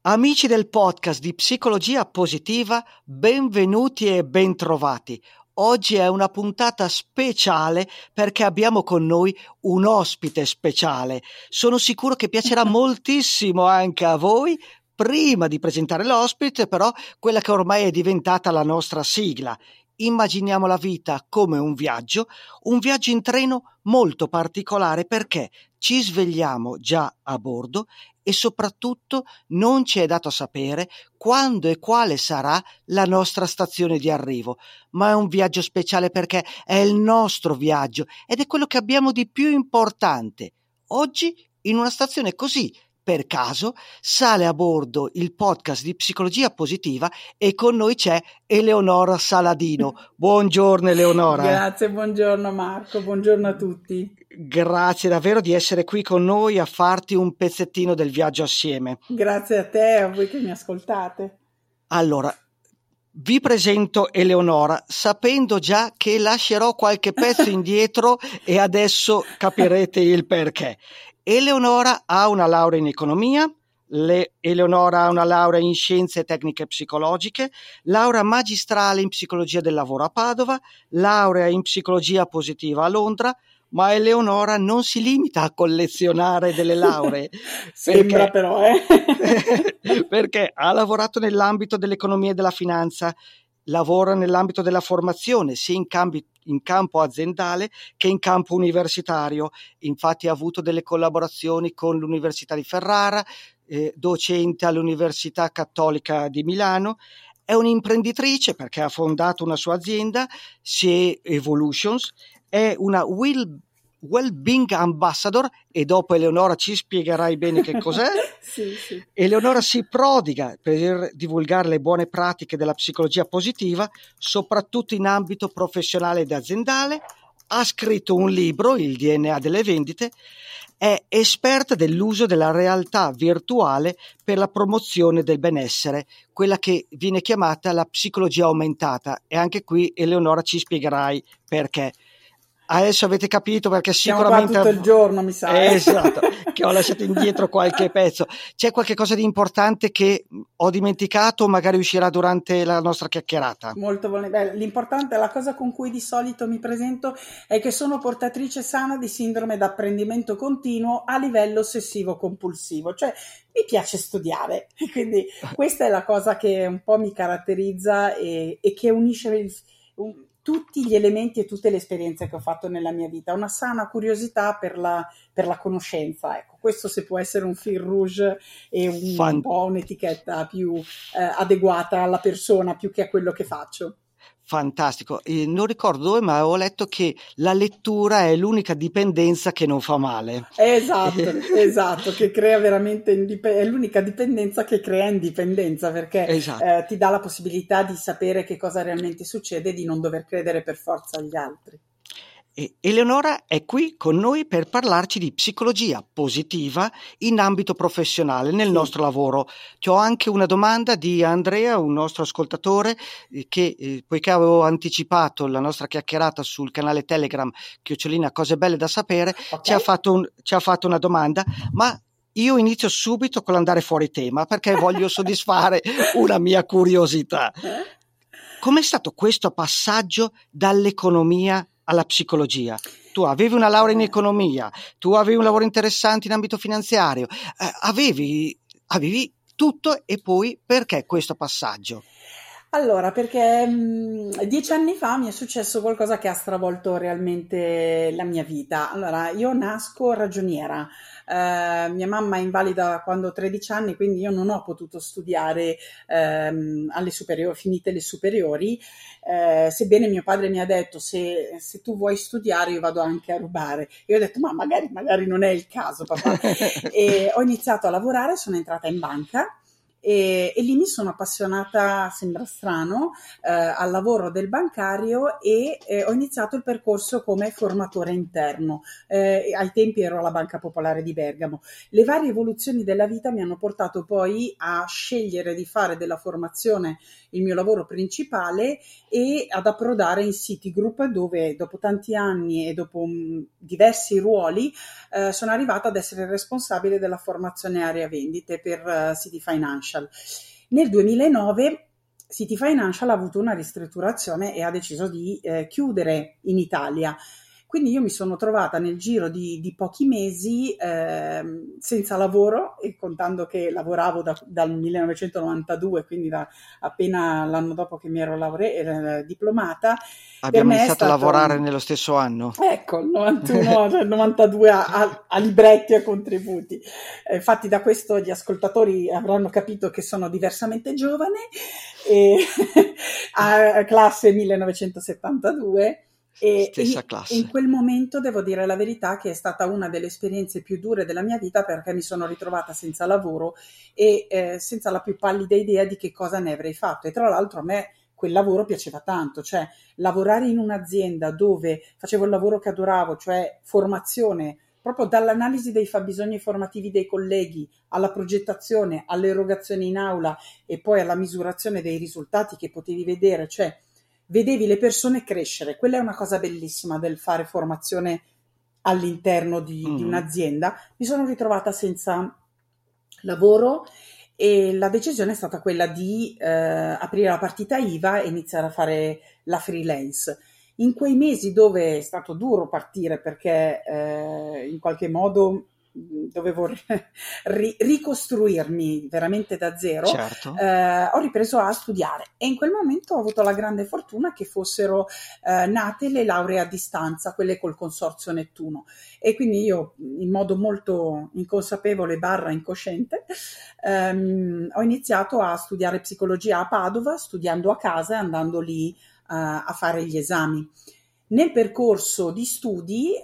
Amici del podcast di Psicologia Positiva, benvenuti e bentrovati. Oggi è una puntata speciale perché abbiamo con noi un ospite speciale. Sono sicuro che piacerà moltissimo anche a voi. Prima di presentare l'ospite, però, quella che ormai è diventata la nostra sigla. Immaginiamo la vita come un viaggio in treno molto particolare perché ci svegliamo già a bordo e soprattutto non ci è dato sapere quando e quale sarà la nostra stazione di arrivo, ma è un viaggio speciale perché è il nostro viaggio ed è quello che abbiamo di più importante. Oggi, in una stazione così, per caso, sale a bordo il podcast di Psicologia Positiva e con noi c'è Eleonora Saladino. Buongiorno Eleonora. Grazie, buongiorno Marco, buongiorno a tutti. Grazie davvero di essere qui con noi a farti un pezzettino del viaggio assieme. Grazie a te e a voi che mi ascoltate. Allora, vi presento Eleonora, sapendo già che lascerò qualche pezzo indietro e adesso capirete il perché. Eleonora ha una laurea in economia, Eleonora ha una laurea in scienze e tecniche psicologiche, laurea magistrale in psicologia del lavoro a Padova, laurea in psicologia positiva a Londra, ma Eleonora non si limita a collezionare delle lauree. Sembra però, Perché ha lavorato nell'ambito dell'economia e della finanza, lavora nell'ambito della formazione, sia in campo aziendale che in campo universitario. Infatti ha avuto delle collaborazioni con l'Università di Ferrara, docente all'Università Cattolica di Milano. È un'imprenditrice perché ha fondato una sua azienda, CE Evolutions, è una Wellbeing Ambassador e dopo Eleonora ci spiegherai bene che cos'è. Sì. Eleonora si prodiga per divulgare le buone pratiche della psicologia positiva, soprattutto in ambito professionale ed aziendale. Ha scritto un libro, Il DNA delle vendite, è esperta dell'uso della realtà virtuale per la promozione del benessere, quella che viene chiamata la psicologia aumentata, e anche qui Eleonora ci spiegherai perché. Adesso avete capito perché siamo sicuramente qua tutto il giorno, mi sa. Esatto, che ho lasciato indietro qualche pezzo. C'è qualche cosa di importante che ho dimenticato o magari uscirà durante la nostra chiacchierata? Molto bene. L'importante, la cosa con cui di solito mi presento è che sono portatrice sana di sindrome d'apprendimento continuo a livello ossessivo compulsivo, cioè mi piace studiare, quindi questa è la cosa che un po' mi caratterizza e che unisce tutti gli elementi e tutte le esperienze che ho fatto nella mia vita, una sana curiosità per la conoscenza. Ecco, questo se può essere un fil rouge e un po' un'etichetta più adeguata alla persona più che a quello che faccio. Fantastico, non ricordo dove, ma avevo letto che la lettura è l'unica dipendenza che non fa male. Esatto, che crea veramente è l'unica dipendenza che crea indipendenza, perché esatto. ti dà la possibilità di sapere che cosa realmente succede e di non dover credere per forza agli altri. Eleonora è qui con noi per parlarci di psicologia positiva in ambito professionale, nel nostro lavoro. Ti ho anche una domanda di Andrea, un nostro ascoltatore, che poiché avevo anticipato la nostra chiacchierata sul canale Telegram, @ cose belle da sapere, Okay. ci ha fatto una domanda, ma io inizio subito con l'andare fuori tema perché voglio soddisfare una mia curiosità. Com'è stato questo passaggio dall'economia alla psicologia? Tu avevi una laurea in economia, tu avevi un lavoro interessante in ambito finanziario, avevi tutto, e poi perché questo passaggio? Allora, perché 10 anni fa mi è successo qualcosa che ha stravolto realmente la mia vita. Allora, io nasco ragioniera. Mia mamma è invalida quando ho 13 anni, quindi io non ho potuto studiare alle superiori, finite le superiori, sebbene mio padre mi ha detto se tu vuoi studiare io vado anche a rubare. Io ho detto ma magari non è il caso, papà. E ho iniziato a lavorare, sono entrata in banca. E lì mi sono appassionata, sembra strano, al lavoro del bancario e ho iniziato il percorso come formatore interno. Ai tempi ero alla Banca Popolare di Bergamo. Le varie evoluzioni della vita mi hanno portato poi a scegliere di fare della formazione il mio lavoro principale e ad approdare in Citigroup, dove dopo tanti anni e dopo diversi ruoli sono arrivata ad essere responsabile della formazione area vendite per City Financial. Financial. Nel 2009 City Financial ha avuto una ristrutturazione e ha deciso di chiudere in Italia. Quindi io mi sono trovata nel giro di pochi mesi senza lavoro, e contando che lavoravo dal 1992, quindi appena l'anno dopo che mi ero diplomata. Per Abbiamo me è iniziato a stato, lavorare nello stesso anno. ecco, il 91, cioè il 92 a libretti e a contributi. Infatti da questo gli ascoltatori avranno capito che sono diversamente giovane, e a classe 1972. Stessa E in classe. quel momento devo dire la verità che è stata una delle esperienze più dure della mia vita, perché mi sono ritrovata senza lavoro e senza la più pallida idea di che cosa ne avrei fatto. E tra l'altro a me quel lavoro piaceva tanto, cioè lavorare in un'azienda dove facevo il lavoro che adoravo, cioè formazione, proprio dall'analisi dei fabbisogni formativi dei colleghi alla progettazione, all'erogazione in aula e poi alla misurazione dei risultati che potevi vedere, cioè vedevi le persone crescere. Quella è una cosa bellissima del fare formazione all'interno di Mm. un'azienda. Mi sono ritrovata senza lavoro e la decisione è stata quella di aprire la partita IVA e iniziare a fare la freelance. In quei mesi dove è stato duro partire, perché in qualche modo dovevo ricostruirmi veramente da zero, Certo. ho ripreso a studiare, e in quel momento ho avuto la grande fortuna che fossero nate le lauree a distanza, quelle col Consorzio Nettuno, e quindi io, in modo molto inconsapevole barra incosciente, ho iniziato a studiare psicologia a Padova, studiando a casa e andando lì a fare gli esami. Nel percorso di studi,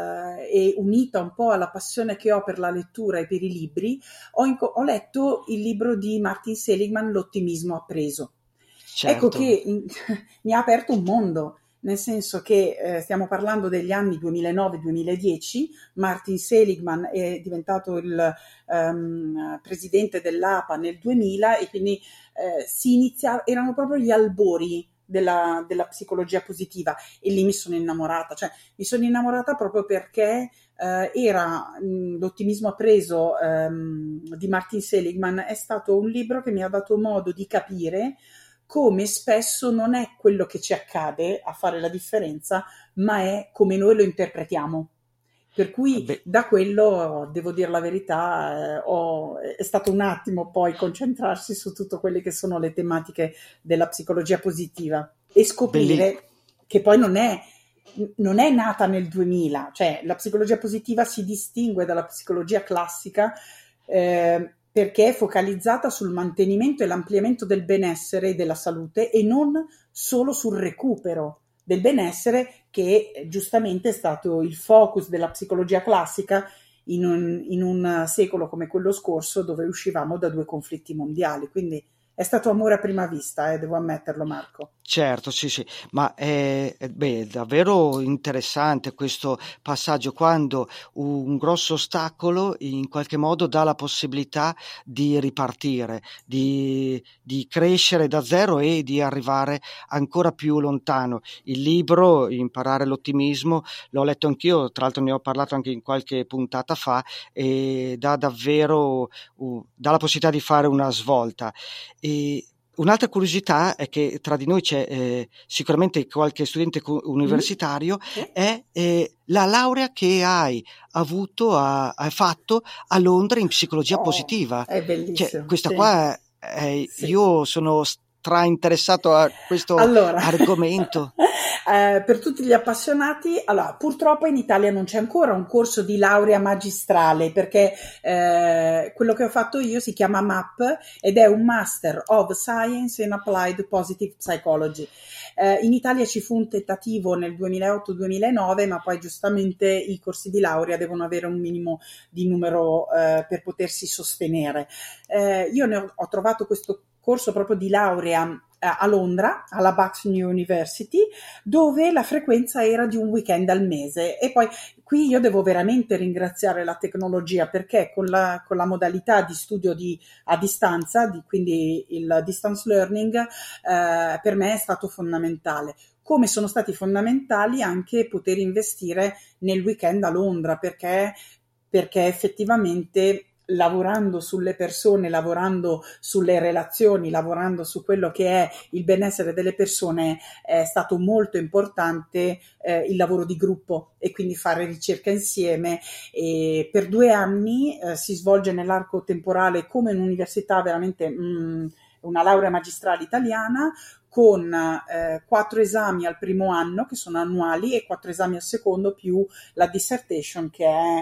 e unita un po' alla passione che ho per la lettura e per i libri, ho letto il libro di Martin Seligman, L'ottimismo appreso. Ecco Certo. che mi ha aperto un mondo, nel senso che stiamo parlando degli anni 2009-2010. Martin Seligman è diventato il presidente dell'APA nel 2000, e quindi erano proprio gli albori della psicologia positiva, e lì mi sono innamorata, cioè mi sono innamorata proprio perché era L'ottimismo appreso di Martin Seligman. È stato un libro che mi ha dato modo di capire come spesso non è quello che ci accade a fare la differenza, ma è come noi lo interpretiamo. Per cui Beh, da quello, devo dire la verità, è stato un attimo poi concentrarsi su tutte quelle che sono le tematiche della psicologia positiva, e belli- scoprire che poi non è nata nel 2000, cioè la psicologia positiva si distingue dalla psicologia classica perché è focalizzata sul mantenimento e l'ampliamento del benessere e della salute, e non solo sul recupero del benessere, che giustamente è stato il focus della psicologia classica in un secolo come quello scorso, dove uscivamo da due conflitti mondiali. Quindi è stato amore a prima vista, devo ammetterlo, Marco. certo, sì, sì, ma è davvero interessante questo passaggio quando un grosso ostacolo in qualche modo dà la possibilità di ripartire, di crescere da zero e di arrivare ancora più lontano. Il libro Imparare l'ottimismo l'ho letto anch'io, tra l'altro ne ho parlato anche in qualche puntata fa, e dà davvero, dà la possibilità di fare una svolta. E un'altra curiosità è che tra di noi c'è sicuramente qualche studente Mm? universitario, Sì? è la laurea che hai fatto a Londra in psicologia Oh, positiva. è Cioè, bellissimo, questa sì, qua sì. io sono stra interessato a questo Allora, argomento. per tutti gli appassionati, allora, purtroppo in Italia non c'è ancora un corso di laurea magistrale, perché quello che ho fatto io si chiama MAP, ed è un Master of Science in Applied Positive Psychology. In Italia ci fu un tentativo nel 2008-2009, ma poi giustamente i corsi di laurea devono avere un minimo di numero per potersi sostenere. Io ho trovato questo corso proprio di laurea a Londra, alla Bucks University, dove la frequenza era di un weekend al mese. E poi qui io devo veramente ringraziare la tecnologia, perché con la modalità di studio a distanza, quindi il distance learning, per me è stato fondamentale. Come sono stati fondamentali anche poter investire nel weekend a Londra, perché effettivamente lavorando sulle persone, lavorando sulle relazioni, lavorando su quello che è il benessere delle persone, è stato molto importante il lavoro di gruppo e quindi fare ricerca insieme. E per 2 anni si svolge nell'arco temporale come un'università veramente una laurea magistrale italiana con 4 esami al primo anno che sono annuali e 4 esami al secondo più la dissertation che è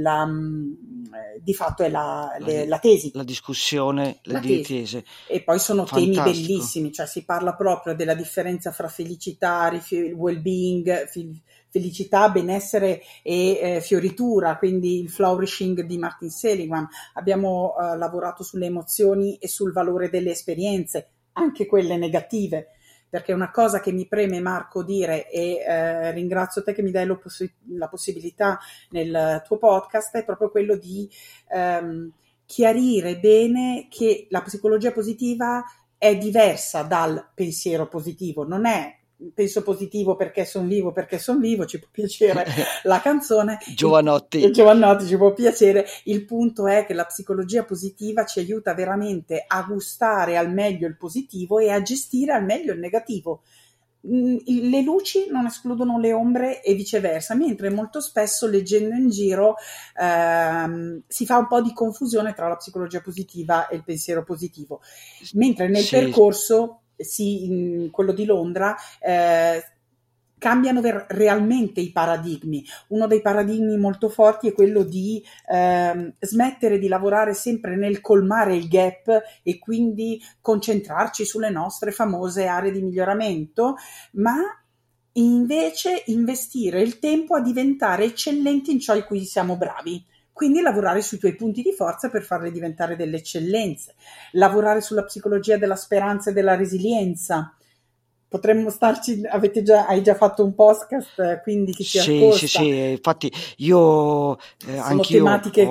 di fatto è la tesi. La discussione di tesi. E poi sono Fantastico. temi bellissimi, cioè si parla proprio della differenza fra felicità, well-being, felicità, benessere e fioritura, quindi il flourishing di Martin Seligman. Abbiamo lavorato sulle emozioni e sul valore delle esperienze, anche quelle negative, perché una cosa che mi preme, Marco, dire, e ringrazio te che mi dai la possibilità nel tuo podcast, è proprio quello di chiarire bene che la psicologia positiva è diversa dal pensiero positivo, non è penso positivo perché son vivo, ci può piacere la canzone Giovanotti ci può piacere, il punto è che la psicologia positiva ci aiuta veramente a gustare al meglio il positivo e a gestire al meglio il negativo. Le luci non escludono le ombre e viceversa, mentre molto spesso leggendo in giro si fa un po' di confusione tra la psicologia positiva e il pensiero positivo, mentre nel percorso quello di Londra cambiano realmente i paradigmi. Uno dei paradigmi molto forti è quello di smettere di lavorare sempre nel colmare il gap e quindi concentrarci sulle nostre famose aree di miglioramento, ma invece investire il tempo a diventare eccellenti in ciò in cui siamo bravi. Quindi lavorare sui tuoi punti di forza per farle diventare delle eccellenze, lavorare sulla psicologia della speranza e della resilienza. Potremmo starci, hai già fatto un podcast, quindi chi ci ascolta. Sì, infatti io anch'io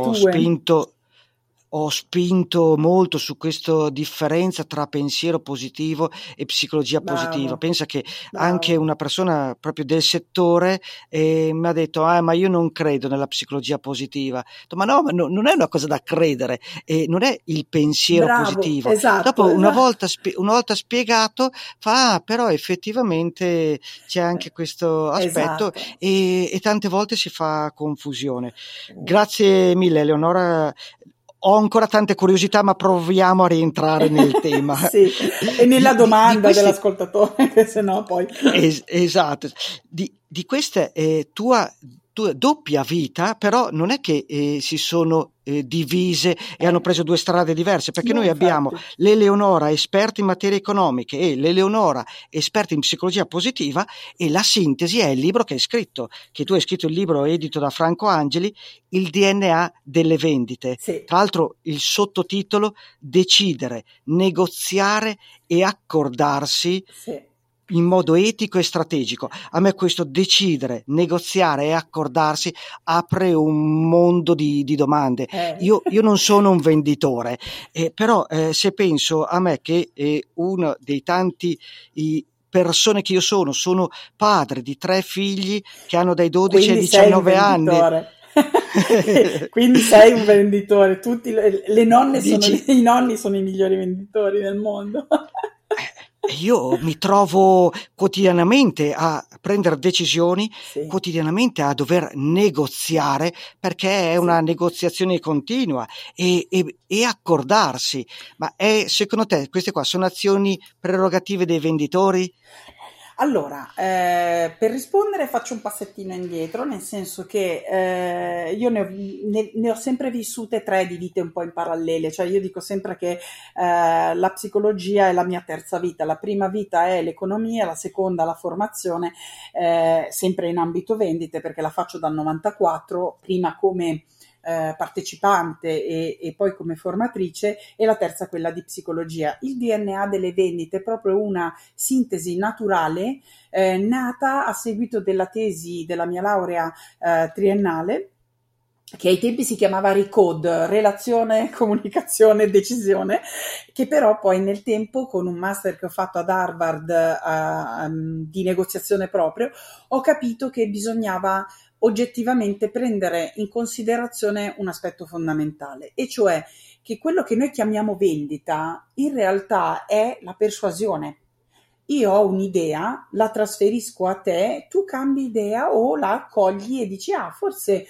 ho spinto molto su questa differenza tra pensiero positivo e psicologia positiva. Pensa che anche una persona proprio del settore mi ha detto ma io non credo nella psicologia positiva. Ho detto, ma no, non è una cosa da credere, non è il pensiero positivo. Esatto, dopo una volta spiegato fa però effettivamente c'è anche questo aspetto, e tante volte si fa confusione. Grazie mille Eleonora. Ho ancora tante curiosità, ma proviamo a rientrare nel tema. Sì, e nella domanda dell'ascoltatore, che sennò poi... Esatto. Di questa tua doppia vita, però non è che si sono divise e hanno preso 2 strade diverse, perché noi abbiamo l'Eleonora esperta in materie economiche e l'Eleonora esperta in psicologia positiva, e la sintesi è il libro che hai scritto, che tu hai scritto, il libro edito da Franco Angeli, Il DNA delle vendite. Sì. Tra l'altro il sottotitolo: decidere, negoziare e accordarsi in modo etico e strategico. A me questo decidere, negoziare e accordarsi apre un mondo di domande. Io non sono un venditore, però se penso a me che uno dei tanti persone che io sono padre di 3 figli che hanno dai 12 ai 19 anni. Quindi sei un venditore. Tutti le nonne i nonni sono i migliori venditori del mondo. Io mi trovo quotidianamente a prendere decisioni, quotidianamente a dover negoziare, perché è una negoziazione continua, e accordarsi. Ma secondo te queste qua sono azioni prerogative dei venditori? Allora, per rispondere faccio un passettino indietro, nel senso che io ne ho sempre vissute 3 di vite un po' in parallele, cioè io dico sempre che la psicologia è la mia terza vita, la prima vita è l'economia, la seconda la formazione, sempre in ambito vendite perché la faccio dal 94, prima come partecipante e poi come formatrice, e la terza quella di psicologia. Il DNA delle vendite è proprio una sintesi naturale nata a seguito della tesi della mia laurea triennale, che ai tempi si chiamava RECODE, relazione, comunicazione, decisione, che però poi nel tempo, con un master che ho fatto ad Harvard di negoziazione proprio, ho capito che bisognava oggettivamente prendere in considerazione un aspetto fondamentale, e cioè che quello che noi chiamiamo vendita in realtà è la persuasione. Io ho un'idea, la trasferisco a te, tu cambi idea o la accogli e dici: ah, forse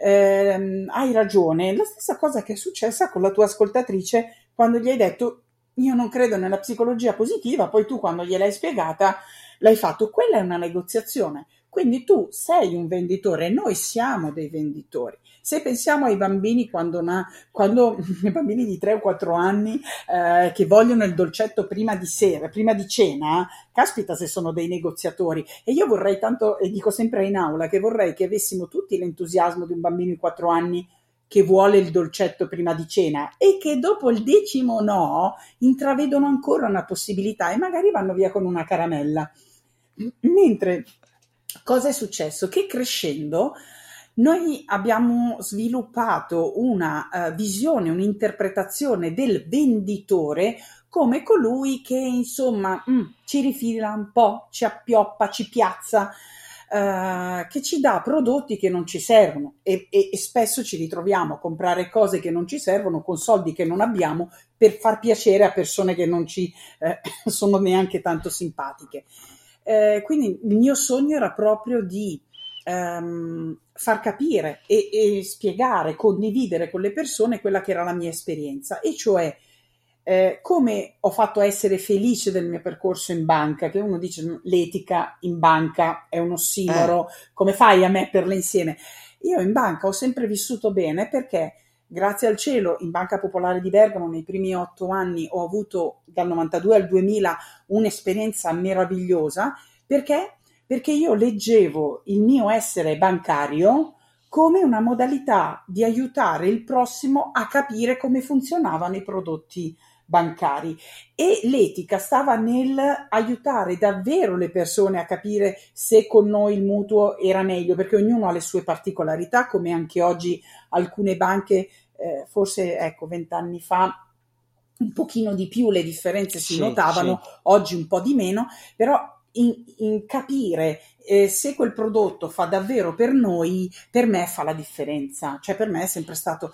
hai ragione. La stessa cosa che è successa con la tua ascoltatrice quando gli hai detto: io non credo nella psicologia positiva, poi tu quando gliel'hai spiegata l'hai fatto. Quella è una negoziazione. Quindi tu sei un venditore, noi siamo dei venditori. Se pensiamo ai bambini quando i bambini di 3 o 4 anni che vogliono il dolcetto prima di sera, prima di cena, caspita se sono dei negoziatori. E io vorrei tanto, e dico sempre in aula, che vorrei che avessimo tutti l'entusiasmo di un bambino di 4 anni che vuole il dolcetto prima di cena e che dopo il 10° no intravedono ancora una possibilità e magari vanno via con una caramella. Mentre cosa è successo? Che crescendo noi abbiamo sviluppato una visione, un'interpretazione del venditore come colui che insomma ci rifila un po', ci appioppa, ci piazza, che ci dà prodotti che non ci servono e spesso ci ritroviamo a comprare cose che non ci servono con soldi che non abbiamo per far piacere a persone che non ci sono neanche tanto simpatiche. Quindi il mio sogno era proprio di far capire e spiegare, condividere con le persone quella che era la mia esperienza, e cioè come ho fatto a essere felice del mio percorso in banca, che uno dice l'etica in banca è un ossimoro, come fai a metterle insieme? Io in banca ho sempre vissuto bene perché grazie al cielo in Banca Popolare di Bergamo nei primi 8 anni ho avuto dal 92 al 2000 un'esperienza meravigliosa. Perché? Perché io leggevo il mio essere bancario come una modalità di aiutare il prossimo a capire come funzionavano i prodotti bancari, e l'etica stava nel aiutare davvero le persone a capire se con noi il mutuo era meglio, perché ognuno ha le sue particolarità, come anche oggi alcune banche, forse ecco 20 anni fa un pochino di più le differenze si notavano, oggi un po' di meno, però in capire se quel prodotto fa davvero per noi, per me fa la differenza. Cioè per me è sempre stato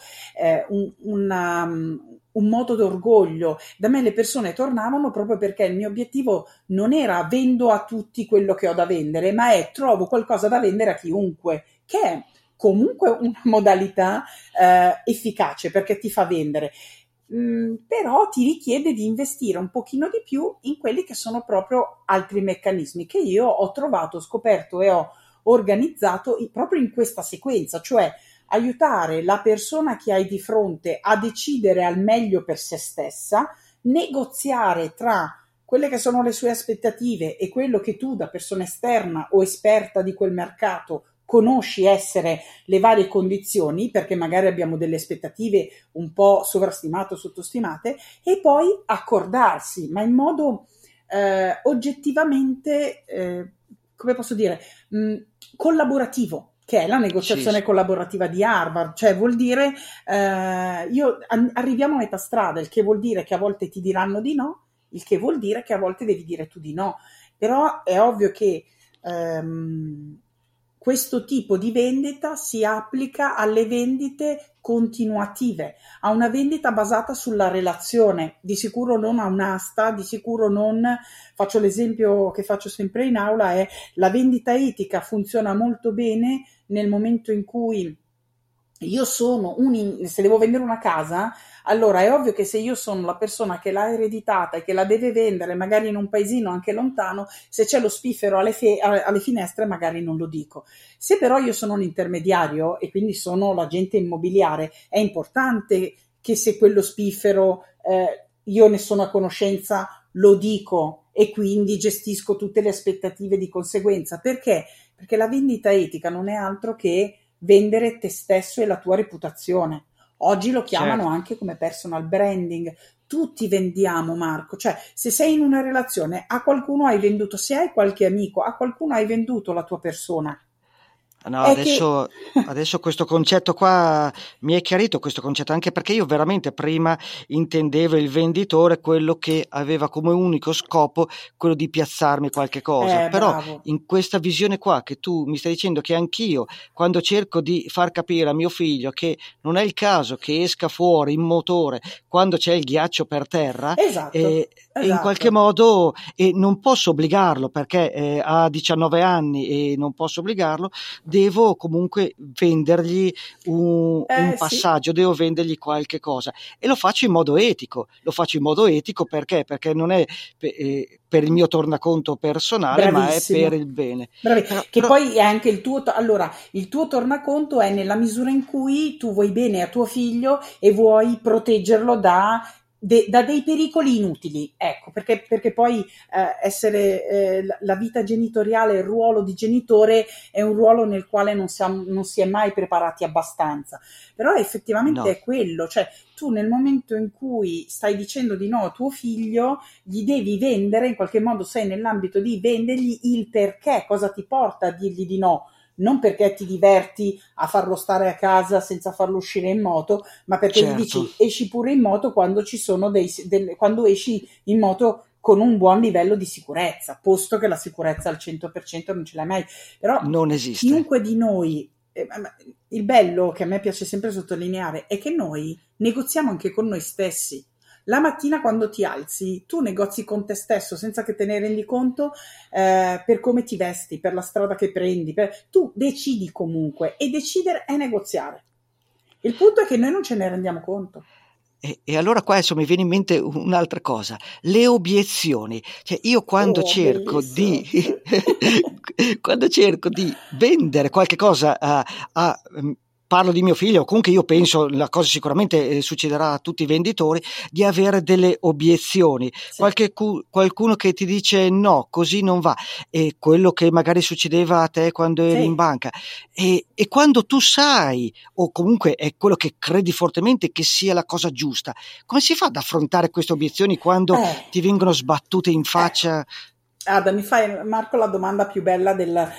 un modo d'orgoglio. Da me le persone tornavano proprio perché il mio obiettivo non era vendo a tutti quello che ho da vendere, ma è trovo qualcosa da vendere a chiunque, che è comunque una modalità efficace perché ti fa vendere. Però ti richiede di investire un pochino di più in quelli che sono proprio altri meccanismi che io ho trovato, scoperto e ho organizzato proprio in questa sequenza, cioè aiutare la persona che hai di fronte a decidere al meglio per se stessa, negoziare tra quelle che sono le sue aspettative e quello che tu da persona esterna o esperta di quel mercato conosci essere le varie condizioni, perché magari abbiamo delle aspettative un po' sovrastimate o sottostimate, e poi accordarsi, ma in modo oggettivamente, come posso dire, collaborativo, che è la negoziazione collaborativa di Harvard, cioè vuol dire arriviamo a metà strada, il che vuol dire che a volte ti diranno di no, il che vuol dire che a volte devi dire tu di no, però è ovvio che questo tipo di vendita si applica alle vendite continuative, a una vendita basata sulla relazione, di sicuro non a un'asta, di sicuro non, faccio l'esempio che faccio sempre in aula, è la vendita etica funziona molto bene nel momento in cui io sono se devo vendere una casa, allora è ovvio che se io sono la persona che l'ha ereditata e che la deve vendere magari in un paesino anche lontano, se c'è lo spiffero alle finestre magari non lo dico. Se però io sono un intermediario e quindi sono l'agente immobiliare, è importante che se quello spiffero io ne sono a conoscenza lo dico e quindi gestisco tutte le aspettative di conseguenza. Perché? Perché la vendita etica non è altro che vendere te stesso e la tua reputazione. Oggi lo chiamano anche come personal branding. Tutti vendiamo, Marco, cioè se sei in una relazione a qualcuno hai venduto, se hai qualche amico, a qualcuno hai venduto la tua persona. No, è che adesso questo concetto qua mi è chiarito questo concetto, anche perché io veramente prima intendevo il venditore quello che aveva come unico scopo quello di piazzarmi qualche cosa, però bravo. in questa visione qua che tu mi stai dicendo che anch'io, quando cerco di far capire a mio figlio che non è il caso che esca fuori in motore quando c'è il ghiaccio per terra, Esatto, e in qualche esatto. modo non posso obbligarlo perché ha 19 anni e non posso obbligarlo, devo comunque vendergli un Sì, passaggio, devo vendergli qualche cosa e lo faccio in modo etico. Lo faccio in modo etico perché non è per il mio tornaconto personale, ma è per bravissimo. il bene. Bravi. Che Però poi è anche il tuo, allora, il tuo tornaconto è nella misura in cui tu vuoi bene a tuo figlio e vuoi proteggerlo da dei pericoli inutili, ecco, perché poi essere la vita genitoriale, il ruolo di genitore è un ruolo nel quale non si è mai preparati abbastanza, però effettivamente no, è quello, cioè tu nel momento in cui stai dicendo di no a tuo figlio, gli devi vendere, in qualche modo sei nell'ambito di vendergli il perché, cosa ti porta a dirgli di no. Non perché ti diverti a farlo stare a casa senza farlo uscire in moto, ma perché gli certo. dici esci pure in moto quando quando esci in moto con un buon livello di sicurezza, posto che la sicurezza al 100% non ce l'hai mai. Però Non esiste. chiunque di noi, il bello che a me piace sempre sottolineare è che noi negoziamo anche con noi stessi. La mattina quando ti alzi, tu negozi con te stesso senza che te ne rendi conto per come ti vesti, per la strada che prendi. Tu decidi comunque e decidere è negoziare. Il punto è che noi non ce ne rendiamo conto. E allora qua adesso mi viene in mente un'altra cosa, le obiezioni. Cioè io quando Oh, cerco di bellissimo. quando cerco di vendere qualche cosa parlo di mio figlio, o comunque io penso, la cosa sicuramente succederà a tutti i venditori, di avere delle obiezioni. Sì. Qualcuno che ti dice no, così non va. E quello che magari succedeva a te quando eri in Sì. banca. E quando tu sai o comunque è quello che credi fortemente che sia la cosa giusta. Come si fa ad affrontare queste obiezioni quando Eh, ti vengono sbattute in ecco. faccia? Guarda, mi fai Marco la domanda più bella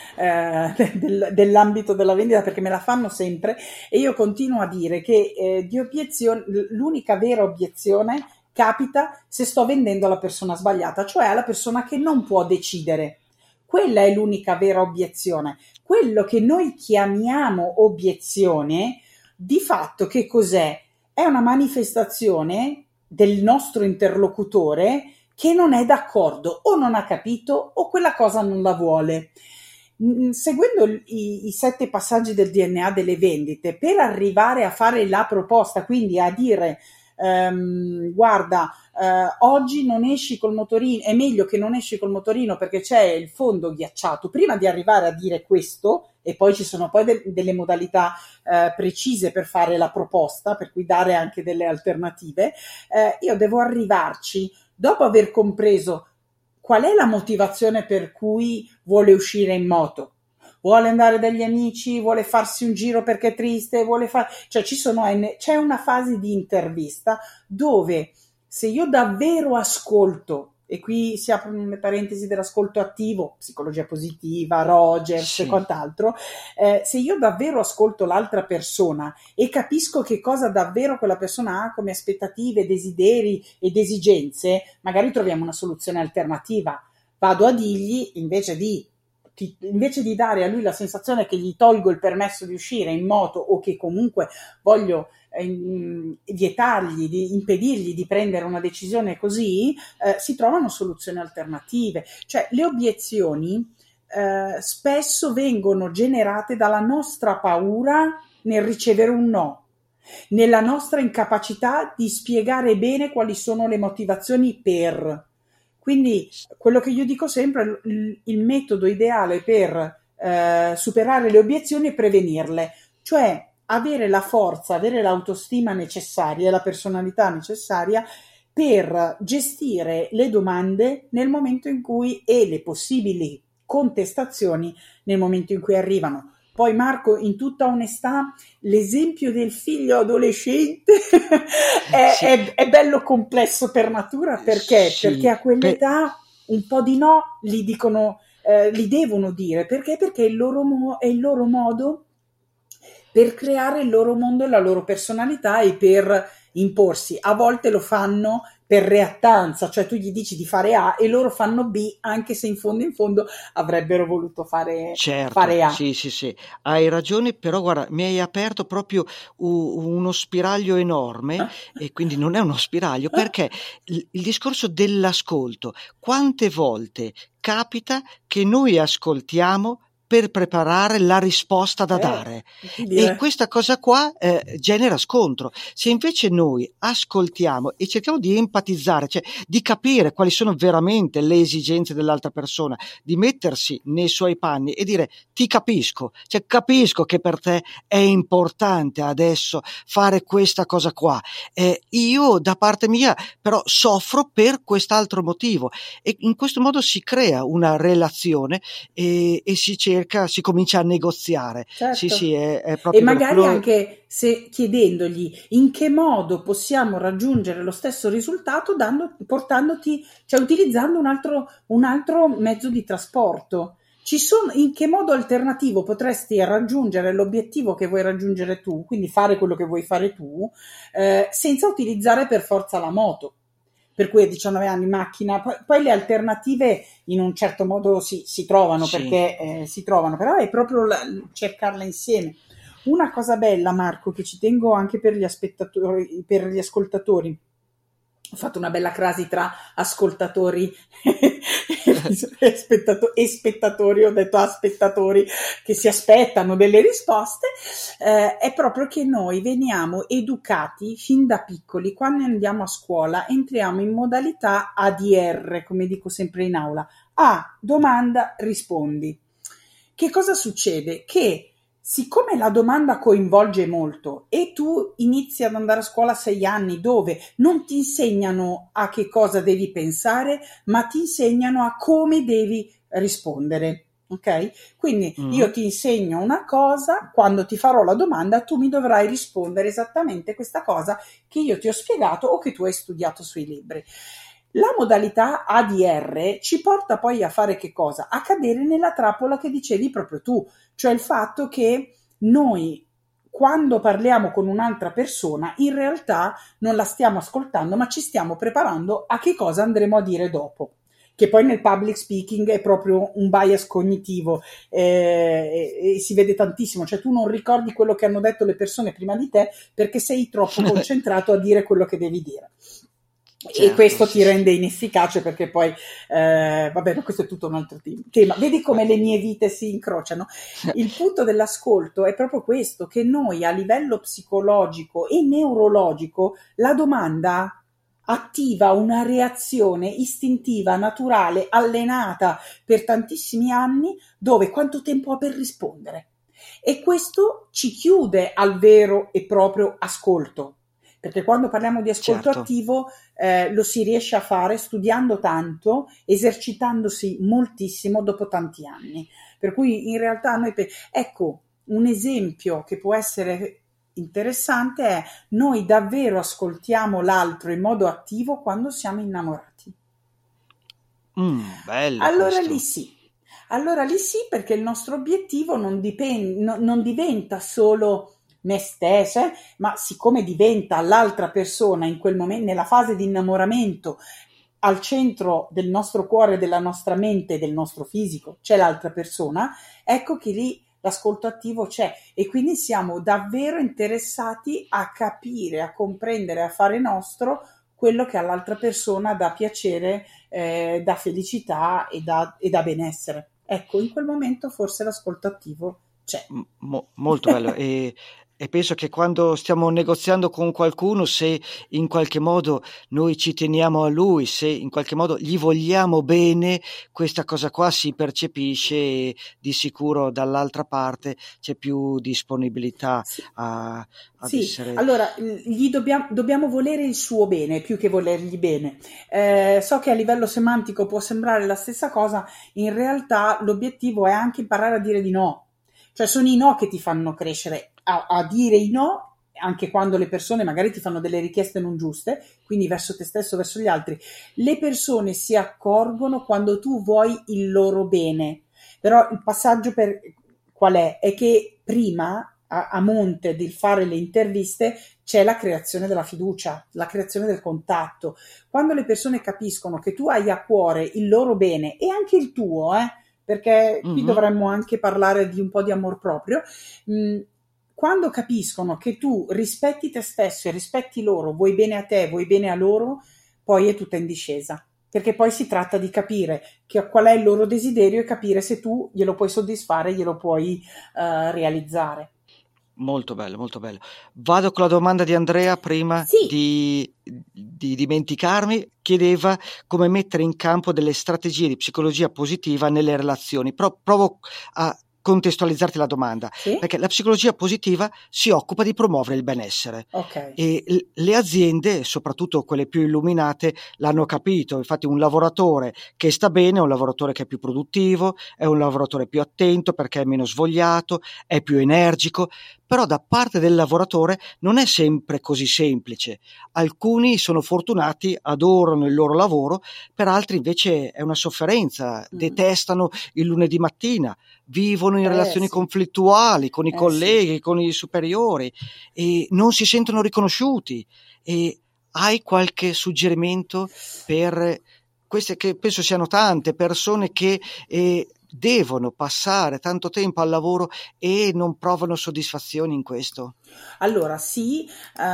dell'ambito della vendita perché me la fanno sempre e io continuo a dire che di obiezione, l'unica vera obiezione capita se sto vendendo alla persona sbagliata, cioè alla persona che non può decidere. Quella è l'unica vera obiezione. Quello che noi chiamiamo obiezione, di fatto che cos'è? È una manifestazione del nostro interlocutore che non è d'accordo o non ha capito o quella cosa non la vuole. Seguendo i 7 passaggi del DNA delle vendite, per arrivare a fare la proposta, quindi a dire guarda, oggi non esci col motorino, è meglio che non esci col motorino perché c'è il fondo ghiacciato. Prima di arrivare a dire questo, e poi ci sono poi delle modalità precise per fare la proposta, per cui dare anche delle alternative, io devo arrivarci dopo aver compreso qual è la motivazione per cui vuole uscire in moto. Vuole andare dagli amici, vuole farsi un giro perché è triste, cioè c'è una fase di intervista dove se io davvero ascolto, e qui si aprono le parentesi dell'ascolto attivo, psicologia positiva, Rogers e Sì, quant'altro, se io davvero ascolto l'altra persona e capisco che cosa davvero quella persona ha come aspettative, desideri ed esigenze, magari troviamo una soluzione alternativa. Vado a dirgli, invece di dare a lui la sensazione che gli tolgo il permesso di uscire in moto o che comunque voglio vietargli, di impedirgli di prendere una decisione così, si trovano soluzioni alternative. Cioè le obiezioni spesso vengono generate dalla nostra paura nel ricevere un no, nella nostra incapacità di spiegare bene quali sono le motivazioni per. Quindi quello che io dico sempre, il metodo ideale per superare le obiezioni è prevenirle, cioè avere la forza, avere l'autostima necessaria, la personalità necessaria per gestire le domande nel momento in cui e le possibili contestazioni nel momento in cui arrivano. Poi Marco, in tutta onestà, l'esempio del figlio adolescente sì, è bello complesso per natura perché? Perché sì. a quell'età un po' di no li dicono li devono dire, perché? Perché è il loro modo per creare il loro mondo e la loro personalità e per imporsi. A volte lo fanno per reattanza, cioè tu gli dici di fare A e loro fanno B, anche se in fondo avrebbero voluto Certo, fare A. sì, sì, sì, hai ragione, però guarda, mi hai aperto proprio uno spiraglio enorme, e quindi non è uno spiraglio, perché il discorso dell'ascolto, quante volte capita che noi ascoltiamo per preparare la risposta da dare, Che e dire. questa cosa qua genera scontro. Se invece noi ascoltiamo e cerchiamo di empatizzare, cioè di capire quali sono veramente le esigenze dell'altra persona, di mettersi nei suoi panni e dire ti capisco, cioè capisco che per te è importante adesso fare questa cosa qua, io da parte mia però soffro per quest'altro motivo, e in questo modo si crea una relazione, e si comincia a negoziare. Sì, Certo. sì, è E proprio vero. magari anche se chiedendogli in che modo possiamo raggiungere lo stesso risultato portandoti, cioè utilizzando un altro mezzo di trasporto. In che modo alternativo potresti raggiungere l'obiettivo che vuoi raggiungere tu, quindi fare quello che vuoi fare tu, senza utilizzare per forza la moto. Per cui a 19 anni macchina, poi le alternative in un certo modo si trovano, Sì. perché si trovano, però è proprio cercarla insieme. Una cosa bella, Marco, che ci tengo anche per gli ascoltatori. Ho fatto una bella crasi tra ascoltatori e spettatori, ho detto aspettatori che si aspettano delle risposte, è proprio che noi veniamo educati fin da piccoli, quando andiamo a scuola entriamo in modalità ADR, come dico sempre in aula, A, domanda, rispondi. Che cosa succede? Che siccome la domanda coinvolge molto e tu inizi ad andare a scuola a 6 anni dove non ti insegnano a che cosa devi pensare, ma ti insegnano a come devi rispondere. Ok? Quindi io Mhm. ti insegno una cosa, quando ti farò la domanda tu mi dovrai rispondere esattamente questa cosa che io ti ho spiegato o che tu hai studiato sui libri. La modalità ADR ci porta poi a fare che cosa? A cadere nella trappola che dicevi proprio tu, cioè il fatto che noi quando parliamo con un'altra persona in realtà non la stiamo ascoltando, ma ci stiamo preparando a che cosa andremo a dire dopo. Che poi nel public speaking è proprio un bias cognitivo, e si vede tantissimo, cioè tu non ricordi quello che hanno detto le persone prima di te perché sei troppo concentrato a dire quello che devi dire. E Certo, questo sì, ti sì. rende inefficace perché poi, vabbè, ma questo è tutto un altro tema. Vedi come le mie vite si incrociano. Il punto dell'ascolto è proprio questo, che noi a livello psicologico e neurologico la domanda attiva una reazione istintiva, naturale, allenata per tantissimi anni, dove quanto tempo ha per rispondere. E questo ci chiude al vero e proprio ascolto. Perché quando parliamo di ascolto Certo. attivo lo si riesce a fare studiando tanto, esercitandosi moltissimo dopo tanti anni. Per cui in realtà ecco, un esempio che può essere interessante è noi davvero ascoltiamo l'altro in modo attivo quando siamo innamorati. Bello Allora lì questo. sì. Allora lì sì, perché il nostro obiettivo non diventa solo me stessa, ma siccome diventa l'altra persona in quel momento, nella fase di innamoramento, al centro del nostro cuore, della nostra mente e del nostro fisico c'è l'altra persona, ecco che lì l'ascolto attivo c'è e quindi siamo davvero interessati a capire, a comprendere, a fare nostro quello che all'altra persona dà piacere, dà felicità e dà benessere. Ecco, in quel momento forse l'ascolto attivo c'è. Molto bello, e penso che quando stiamo negoziando con qualcuno, se in qualche modo noi ci teniamo a lui, se in qualche modo gli vogliamo bene, questa cosa qua si percepisce, e di sicuro dall'altra parte c'è più disponibilità Sì. ad Sì, essere. allora dobbiamo volere il suo bene più che volergli bene. So che a livello semantico può sembrare la stessa cosa, in realtà l'obiettivo è anche imparare a dire di no. Cioè sono i no che ti fanno crescere. A dire i no anche quando le persone magari ti fanno delle richieste non giuste, quindi verso te stesso, verso gli altri, le persone si accorgono quando tu vuoi il loro bene. Però il passaggio qual è? È che prima, a monte del fare le interviste, c'è la creazione della fiducia, la creazione del contatto. Quando le persone capiscono che tu hai a cuore il loro bene e anche il tuo, perché qui dovremmo anche parlare di un po' di amor proprio, quando capiscono che tu rispetti te stesso e rispetti loro, vuoi bene a te, vuoi bene a loro, poi è tutta in discesa. Perché poi si tratta di capire qual è il loro desiderio e capire se tu glielo puoi soddisfare, glielo puoi realizzare. Molto bello, molto bello. Vado con la domanda di Andrea prima Sì. di dimenticarmi. Chiedeva come mettere in campo delle strategie di psicologia positiva nelle relazioni. Provo a contestualizzarti la domanda, Sì? perché la psicologia positiva si occupa di promuovere il benessere. Ok. E le aziende, soprattutto quelle più illuminate, l'hanno capito. Infatti un lavoratore che sta bene è un lavoratore che è più produttivo, è un lavoratore più attento perché è meno svogliato, è più energico. Però da parte del lavoratore non è sempre così semplice. Alcuni sono fortunati, adorano il loro lavoro, per altri invece è una sofferenza, detestano il lunedì mattina, vivono in relazioni sì. conflittuali con i colleghi, Sì. con i superiori e non si sentono riconosciuti. E hai qualche suggerimento per queste che penso siano tante persone che devono passare tanto tempo al lavoro e non provano soddisfazione in questo? Allora, sì,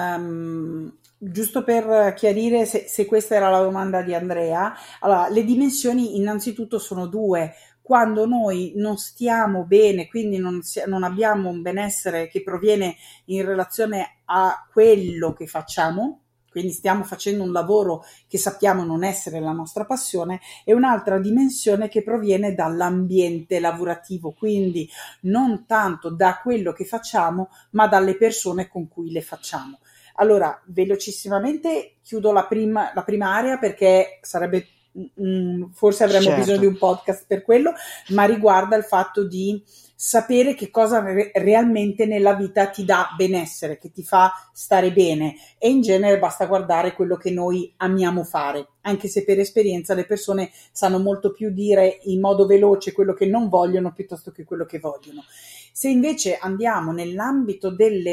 giusto per chiarire se questa era la domanda di Andrea, allora, le dimensioni innanzitutto sono due. Quando noi non stiamo bene, quindi non abbiamo un benessere che proviene in relazione a quello che facciamo, quindi stiamo facendo un lavoro che sappiamo non essere la nostra passione, e un'altra dimensione che proviene dall'ambiente lavorativo, quindi non tanto da quello che facciamo, ma dalle persone con cui le facciamo. Allora, velocissimamente chiudo la prima area perché sarebbe forse avremmo bisogno di un podcast per quello, ma riguarda il fatto di sapere che cosa realmente nella vita ti dà benessere, che ti fa stare bene, e in genere basta guardare quello che noi amiamo fare, anche se per esperienza le persone sanno molto più dire in modo veloce quello che non vogliono piuttosto che quello che vogliono. Se invece andiamo nell'ambito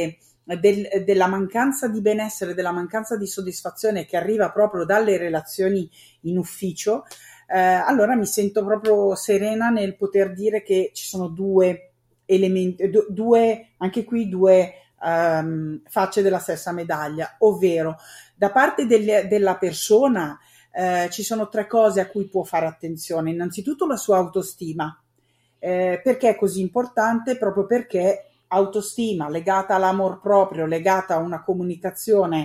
della mancanza di benessere, della mancanza di soddisfazione che arriva proprio dalle relazioni in ufficio, allora mi sento proprio serena nel poter dire che ci sono due elementi, anche qui due facce della stessa medaglia, ovvero da parte della persona ci sono tre cose a cui può fare attenzione. Innanzitutto la sua autostima. Perché è così importante? Proprio perché autostima legata all'amor proprio, legata a una comunicazione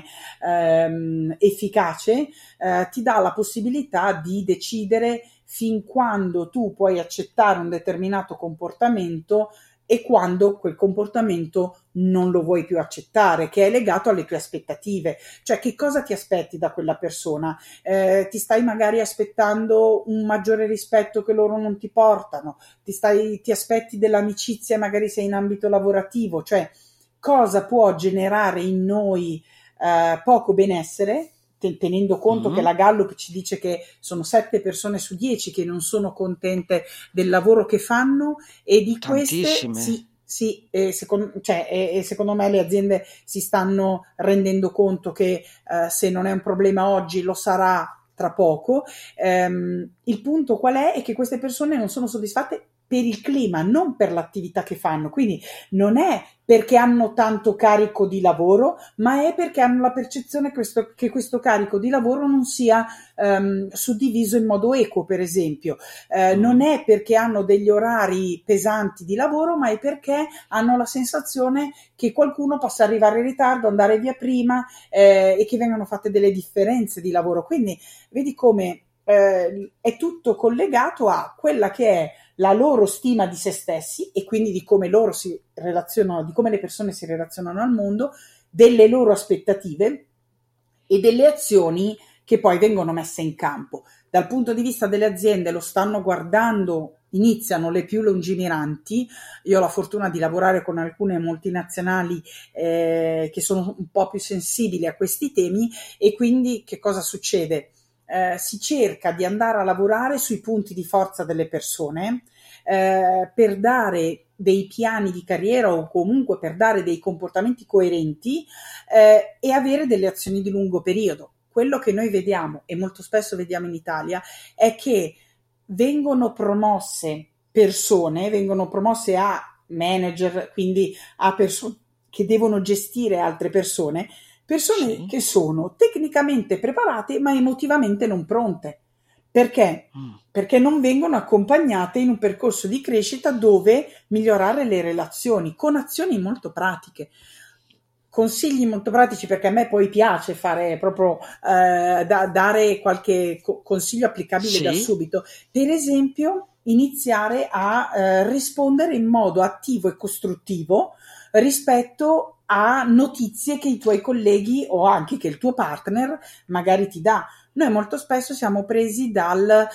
efficace, ti dà la possibilità di decidere fin quando tu puoi accettare un determinato comportamento e quando quel comportamento non lo vuoi più accettare, che è legato alle tue aspettative. Cioè, che cosa ti aspetti da quella persona? Ti stai magari aspettando un maggiore rispetto che loro non ti portano, ti aspetti dell'amicizia, magari sei in ambito lavorativo, cioè cosa può generare in noi poco benessere, tenendo conto che la Gallup ci dice che sono 7 persone su 10 che non sono contente del lavoro che fanno, e di queste sì, secondo me le aziende si stanno rendendo conto che se non è un problema oggi lo sarà tra poco. Il punto qual è? È che queste persone non sono soddisfatte per il clima, non per l'attività che fanno, quindi non è perché hanno tanto carico di lavoro, ma è perché hanno la percezione che questo carico di lavoro non sia suddiviso in modo equo, per esempio. Non è perché hanno degli orari pesanti di lavoro, ma è perché hanno la sensazione che qualcuno possa arrivare in ritardo, andare via prima, e che vengano fatte delle differenze di lavoro. Quindi vedi come è tutto collegato a quella che è la loro stima di se stessi, e quindi di come loro si relazionano, di come le persone si relazionano al mondo, delle loro aspettative e delle azioni che poi vengono messe in campo. Dal punto di vista delle aziende lo stanno guardando, iniziano le più lungimiranti. Io ho la fortuna di lavorare con alcune multinazionali che sono un po' più sensibili a questi temi, e quindi che cosa succede? Si cerca di andare a lavorare sui punti di forza delle persone, per dare dei piani di carriera o comunque per dare dei comportamenti coerenti, e avere delle azioni di lungo periodo. Quello che noi vediamo, e molto spesso vediamo in Italia, è che vengono promosse persone, vengono promosse a manager, quindi a persone che devono gestire altre persone Sì. che sono tecnicamente preparate ma emotivamente non pronte. Perché? Mm. Perché non vengono accompagnate in un percorso di crescita dove migliorare le relazioni con azioni molto pratiche. Consigli molto pratici, perché a me poi piace fare proprio dare qualche consiglio applicabile da Sì. subito. Per esempio, iniziare a rispondere in modo attivo e costruttivo rispetto a notizie che i tuoi colleghi o anche che il tuo partner magari ti dà. Noi molto spesso siamo presi dal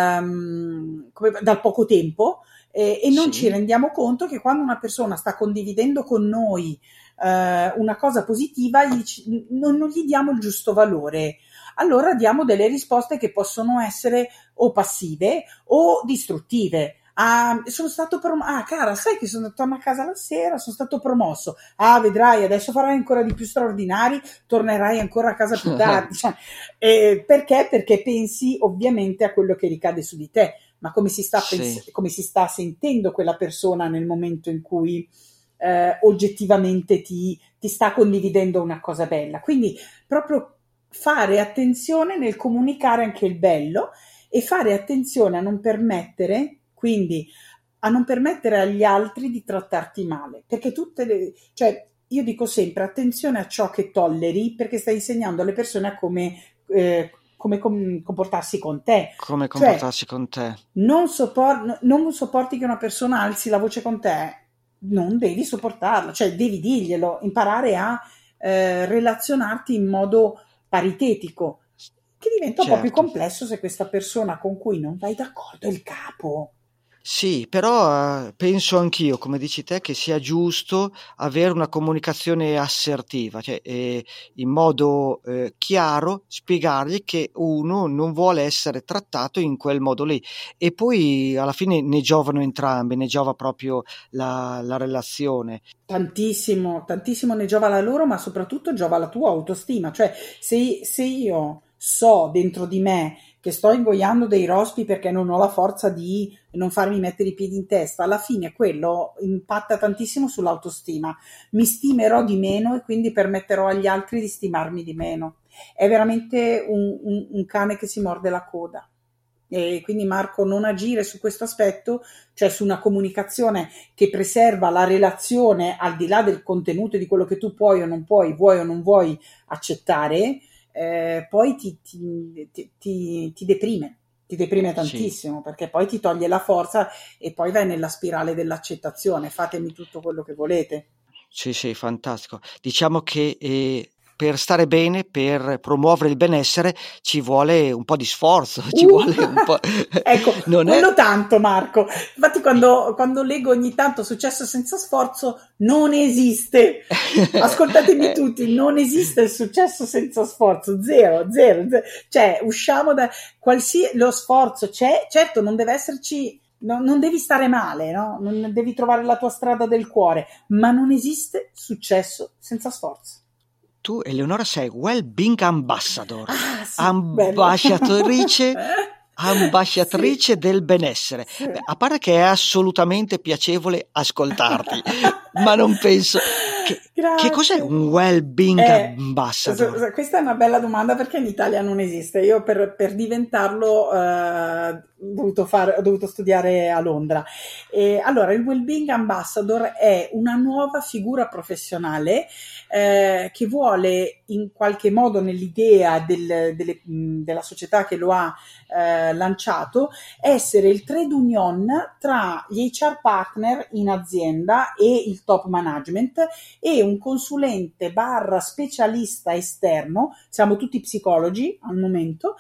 poco tempo, e non ci Sì. rendiamo conto che quando una persona sta condividendo con noi una cosa positiva, non gli diamo il giusto valore. Allora diamo delle risposte che possono essere o passive o distruttive. Ah, sono stato cara, sai che torno a casa la sera, sono stato promosso. Ah, vedrai, adesso farai ancora di più straordinari, tornerai ancora a casa più tardi. Cioè, perché? Perché pensi ovviamente a quello che ricade su di te, ma Sì. come si sta sentendo quella persona nel momento in cui oggettivamente ti sta condividendo una cosa bella. Quindi proprio fare attenzione nel comunicare anche il bello, e fare attenzione a non permettere, quindi a non permettere agli altri di trattarti male, perché cioè io dico sempre attenzione a ciò che tolleri, perché stai insegnando alle persone a come comportarsi con te. Come Cioè comportarsi con te. non sopporti che una persona alzi la voce con te, non devi sopportarlo, cioè devi dirglielo, imparare a relazionarti in modo paritetico, che diventa un po' più Certo. complesso se questa persona con cui non vai d'accordo è il capo. Sì, però penso anch'io, come dici te, che sia giusto avere una comunicazione assertiva, cioè in modo chiaro spiegargli che uno non vuole essere trattato in quel modo lì, e poi alla fine ne giovano entrambi, ne giova proprio la relazione. Tantissimo, tantissimo ne giova la loro, ma soprattutto giova la tua autostima. Cioè, se io so dentro di me che sto ingoiando dei rospi perché non ho la forza di non farmi mettere i piedi in testa, alla fine quello impatta tantissimo sull'autostima. Mi stimerò di meno e quindi permetterò agli altri di stimarmi di meno. È veramente un cane che si morde la coda. E quindi Marco, non agire su questo aspetto, cioè su una comunicazione che preserva la relazione al di là del contenuto di quello che tu puoi o non puoi, vuoi o non vuoi accettare, poi ti deprime Sì. tantissimo, perché poi ti toglie la forza e poi vai nella spirale dell'accettazione, fatemi tutto quello che volete. Sì, sì, fantastico. Diciamo che per stare bene, per promuovere il benessere, ci vuole un po' di sforzo, ci Uh! vuole un po'. Ecco, Non è. quello tanto Marco. Infatti quando leggo ogni tanto successo senza sforzo, non esiste. Ascoltatemi tutti, non esiste il successo senza sforzo, zero, zero, zero. Cioè, usciamo da lo sforzo c'è, certo non deve esserci, non devi stare male, no? Non devi trovare la tua strada del cuore, ma non esiste successo senza sforzo. Tu, Eleonora, sei Well-being Ambassador, Ah, sì, bello. ambasciatrice, Sì, ambasciatrice del benessere. sì. Beh, a parte che è assolutamente piacevole ascoltarti, ma non penso che cos'è Grazie. un Well-being Ambassador? Questa è una bella domanda perché in Italia non esiste. Io per diventarlo ho dovuto studiare a Londra. Allora, il Wellbeing Ambassador è una nuova figura professionale che vuole in qualche modo, nell'idea della società che lo ha lanciato, essere il trade union tra gli HR partner in azienda e il top management, e un consulente barra specialista esterno, siamo tutti psicologi al momento,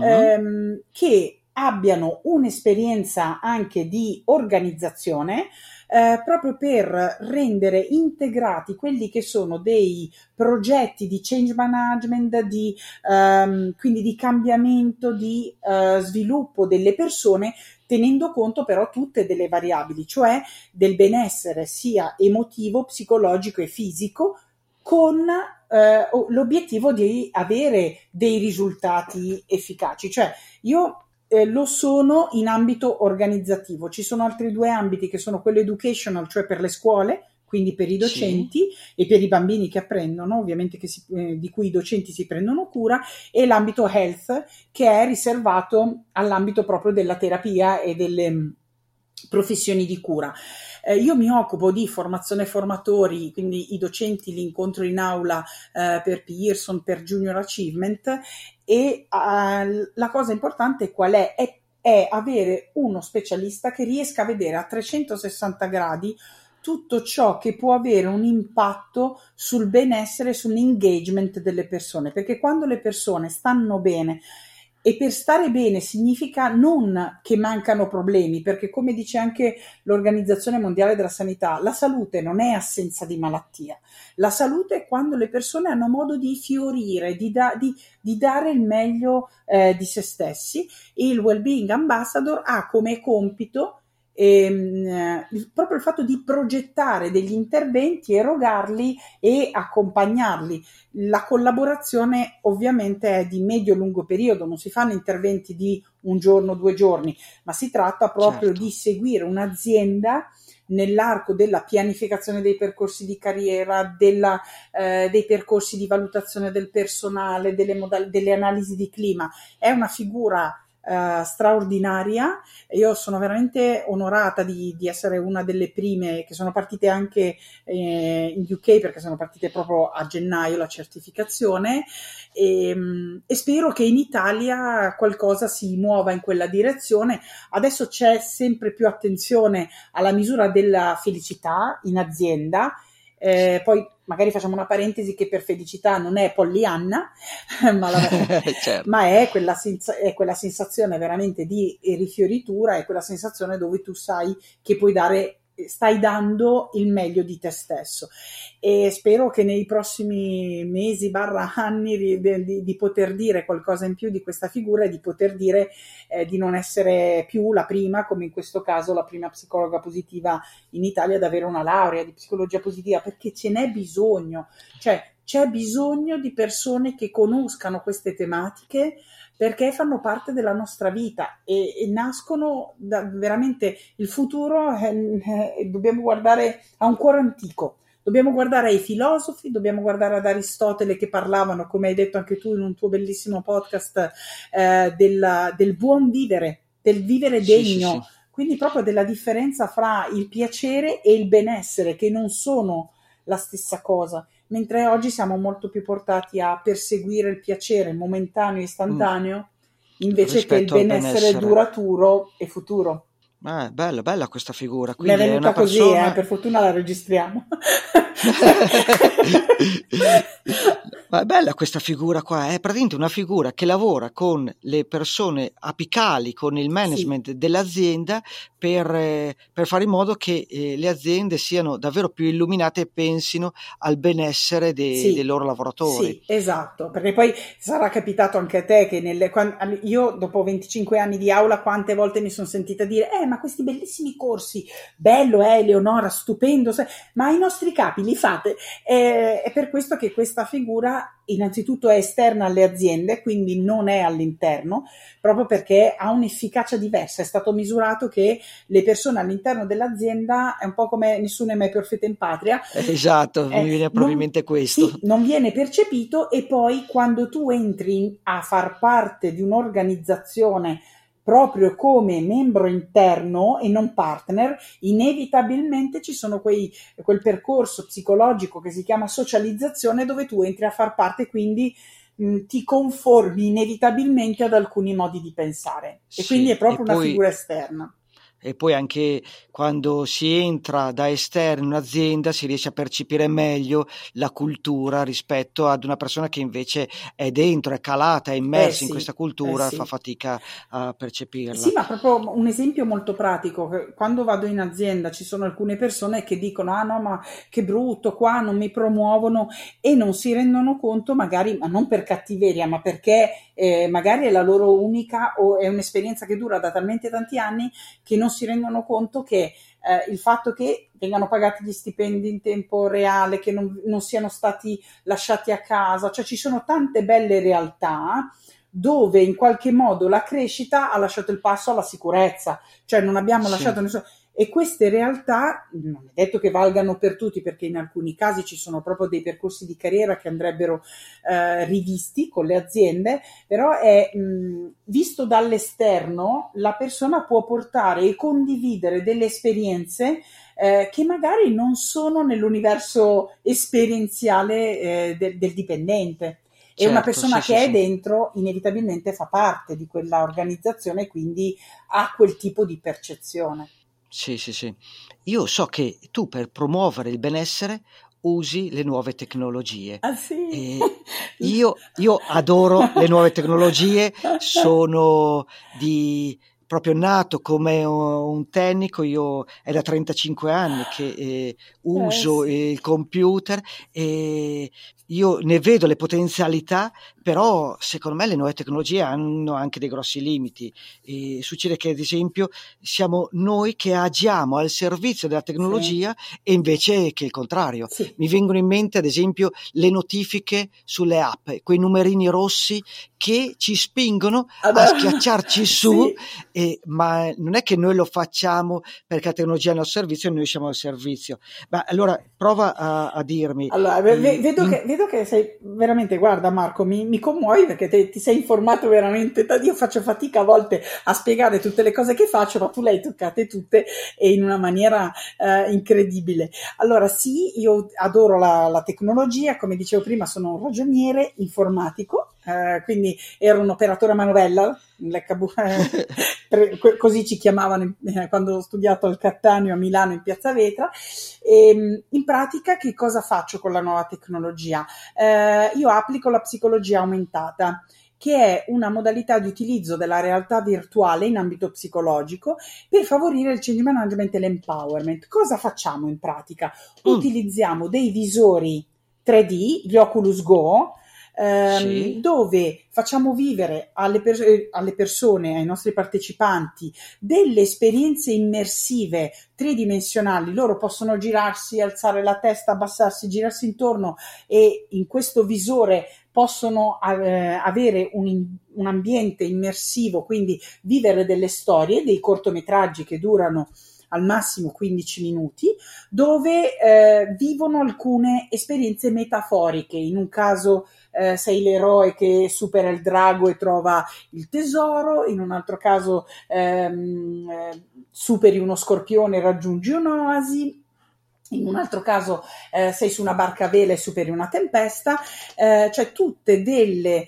che abbiano un'esperienza anche di organizzazione, proprio per rendere integrati quelli che sono dei progetti di change management, quindi di cambiamento, di sviluppo delle persone, tenendo conto però tutte delle variabili, cioè del benessere sia emotivo, psicologico e fisico, con l'obiettivo di avere dei risultati efficaci. Cioè io lo sono in ambito organizzativo. Ci sono altri due ambiti che sono quello educational, cioè per le scuole, quindi per i docenti e per i bambini che apprendono, ovviamente di cui i docenti si prendono cura, e l'ambito health, che è riservato all'ambito proprio della terapia e delle professioni di cura. Io mi occupo di formazione formatori, quindi i docenti li incontro in aula per Pearson, per Junior Achievement, e la cosa importante qual è? È avere uno specialista che riesca a vedere a 360 gradi tutto ciò che può avere un impatto sul benessere, sull'engagement delle persone, perché quando le persone stanno bene, e per stare bene significa non che mancano problemi, perché come dice anche l'Organizzazione Mondiale della Sanità, la salute non è assenza di malattia, la salute è quando le persone hanno modo di fiorire, di dare il meglio di se stessi. Il Wellbeing Ambassador ha come compito proprio il fatto di progettare degli interventi, erogarli e accompagnarli. La collaborazione ovviamente è di medio-lungo periodo, non si fanno interventi di un giorno, 2 giorni, ma si tratta proprio di seguire un'azienda nell'arco della pianificazione dei percorsi di carriera, dei percorsi di valutazione del personale, delle analisi di clima. È una figura straordinaria. Io sono veramente onorata di essere una delle prime che sono partite anche in UK, perché sono partite proprio a gennaio la certificazione, e spero che in Italia qualcosa si muova in quella direzione. Adesso c'è sempre più attenzione alla misura della felicità in azienda. Poi magari facciamo una parentesi che per felicità non è Pollyanna, certo. ma è quella sensazione veramente di rifioritura, è quella sensazione dove tu sai che stai dando il meglio di te stesso, e spero che nei prossimi mesi barra anni di poter dire qualcosa in più di questa figura, e di poter dire di non essere più la prima, come in questo caso la prima psicologa positiva in Italia ad avere una laurea di psicologia positiva, perché ce n'è bisogno, cioè c'è bisogno di persone che conoscano queste tematiche, perché fanno parte della nostra vita e nascono veramente il futuro. Dobbiamo guardare a un cuore antico, dobbiamo guardare ai filosofi, dobbiamo guardare ad Aristotele, che parlavano, come hai detto anche tu in un tuo bellissimo podcast, del buon vivere, del vivere degno, sì. Quindi proprio della differenza fra il piacere e il benessere, che non sono la stessa cosa. Mentre oggi siamo molto più portati a perseguire il piacere momentaneo e istantaneo, invece che il benessere duraturo e futuro. Bella questa figura. Mi è Quindi venuta è una così, persona... per fortuna la registriamo. Ma è bella questa figura qua, è praticamente una figura che lavora con le persone apicali, con il management dell'azienda, per fare in modo che le aziende siano davvero più illuminate e pensino al benessere dei loro lavoratori. Sì, esatto, perché poi sarà capitato anche a te che io dopo 25 anni di aula quante volte mi sono sentita dire ma questi bellissimi corsi, bello Eleonora, stupendo, ma i nostri capi li fate? È per questo che questa figura innanzitutto è esterna alle aziende, quindi non è all'interno, proprio perché ha un'efficacia diversa. È stato misurato che le persone all'interno dell'azienda è un po' come nessuno è mai perfetto in patria. Esatto, mi viene proprio in mente questo. Sì, non viene percepito, e poi quando tu entri a far parte di un'organizzazione proprio come membro interno e non partner, inevitabilmente ci sono quel percorso psicologico che si chiama socializzazione, dove tu entri a far parte, quindi ti conformi inevitabilmente ad alcuni modi di pensare, e quindi è proprio una figura esterna. E poi anche quando si entra da esterno in un'azienda si riesce a percepire meglio la cultura rispetto ad una persona che invece è dentro, è calata, è immersa in questa Sì, eh cultura, fa sì. fatica a Sì, percepirla. ma proprio un esempio molto pratico, che quando vado in azienda ci sono alcune persone che dicono, ah no, ma che brutto, qua non mi promuovono e non si rendono conto, magari, ma non per cattiveria, ma perché magari è la loro unica o è un'esperienza che dura da talmente tanti anni che non si rendono conto che il fatto che vengano pagati gli stipendi in tempo reale, che non siano stati lasciati a casa, cioè ci sono tante belle realtà dove in qualche modo la crescita ha lasciato il passo alla sicurezza, cioè non abbiamo Sì, lasciato nessuno. E queste realtà non è detto che valgano per tutti, perché in alcuni casi ci sono proprio dei percorsi di carriera che andrebbero rivisti con le aziende, però è visto dall'esterno la persona può portare e condividere delle esperienze che magari non sono nell'universo esperienziale del dipendente. E una certo, sì, persona sì, che è sì. dentro inevitabilmente fa parte di quella organizzazione e quindi ha quel tipo di percezione. Sì, sì, sì. Io so che tu per promuovere il benessere usi le nuove tecnologie. Ah sì? E io adoro le nuove tecnologie, sono di proprio nato come un tecnico, io è da 35 anni che uso Sì, il computer e io ne vedo le potenzialità, però secondo me le nuove tecnologie hanno anche dei grossi limiti. E succede che, ad esempio, siamo noi che agiamo al servizio della sì, tecnologia e invece che il contrario. sì. Mi vengono in mente, ad esempio, le notifiche sulle app, quei numerini rossi che ci spingono a schiacciarci su, Sì. ma non è che noi lo facciamo perché la tecnologia è al nostro servizio e noi siamo al servizio. Ma allora prova a dirmi, Allora, vedo che sei veramente, guarda Marco, mi commuovi perché ti sei informato veramente, io faccio fatica a volte a spiegare tutte le cose che faccio, ma tu le hai toccate tutte e in una maniera incredibile. Allora, sì, io adoro la tecnologia, come dicevo prima, sono un ragioniere informatico, quindi ero un operatore a manovella, così ci chiamavano quando ho studiato al Cattaneo a Milano in Piazza Vetra. E, in pratica che cosa faccio con la nuova tecnologia? Io applico la psicologia aumentata, che è una modalità di utilizzo della realtà virtuale in ambito psicologico per favorire il change management e l'empowerment. Cosa facciamo in pratica? mm, Utilizziamo dei visori 3D, gli Oculus Go, sì, dove facciamo vivere alle persone, ai nostri partecipanti, delle esperienze immersive tridimensionali. Loro possono girarsi, alzare la testa, abbassarsi, girarsi intorno e in questo visore possono avere un ambiente immersivo, quindi vivere delle storie, dei cortometraggi che durano al massimo 15 minuti, dove vivono alcune esperienze metaforiche. In un caso sei l'eroe che supera il drago e trova il tesoro, in un altro caso superi uno scorpione e raggiungi un'oasi. In un altro caso sei su una barca a vela e superi una tempesta, cioè tutte delle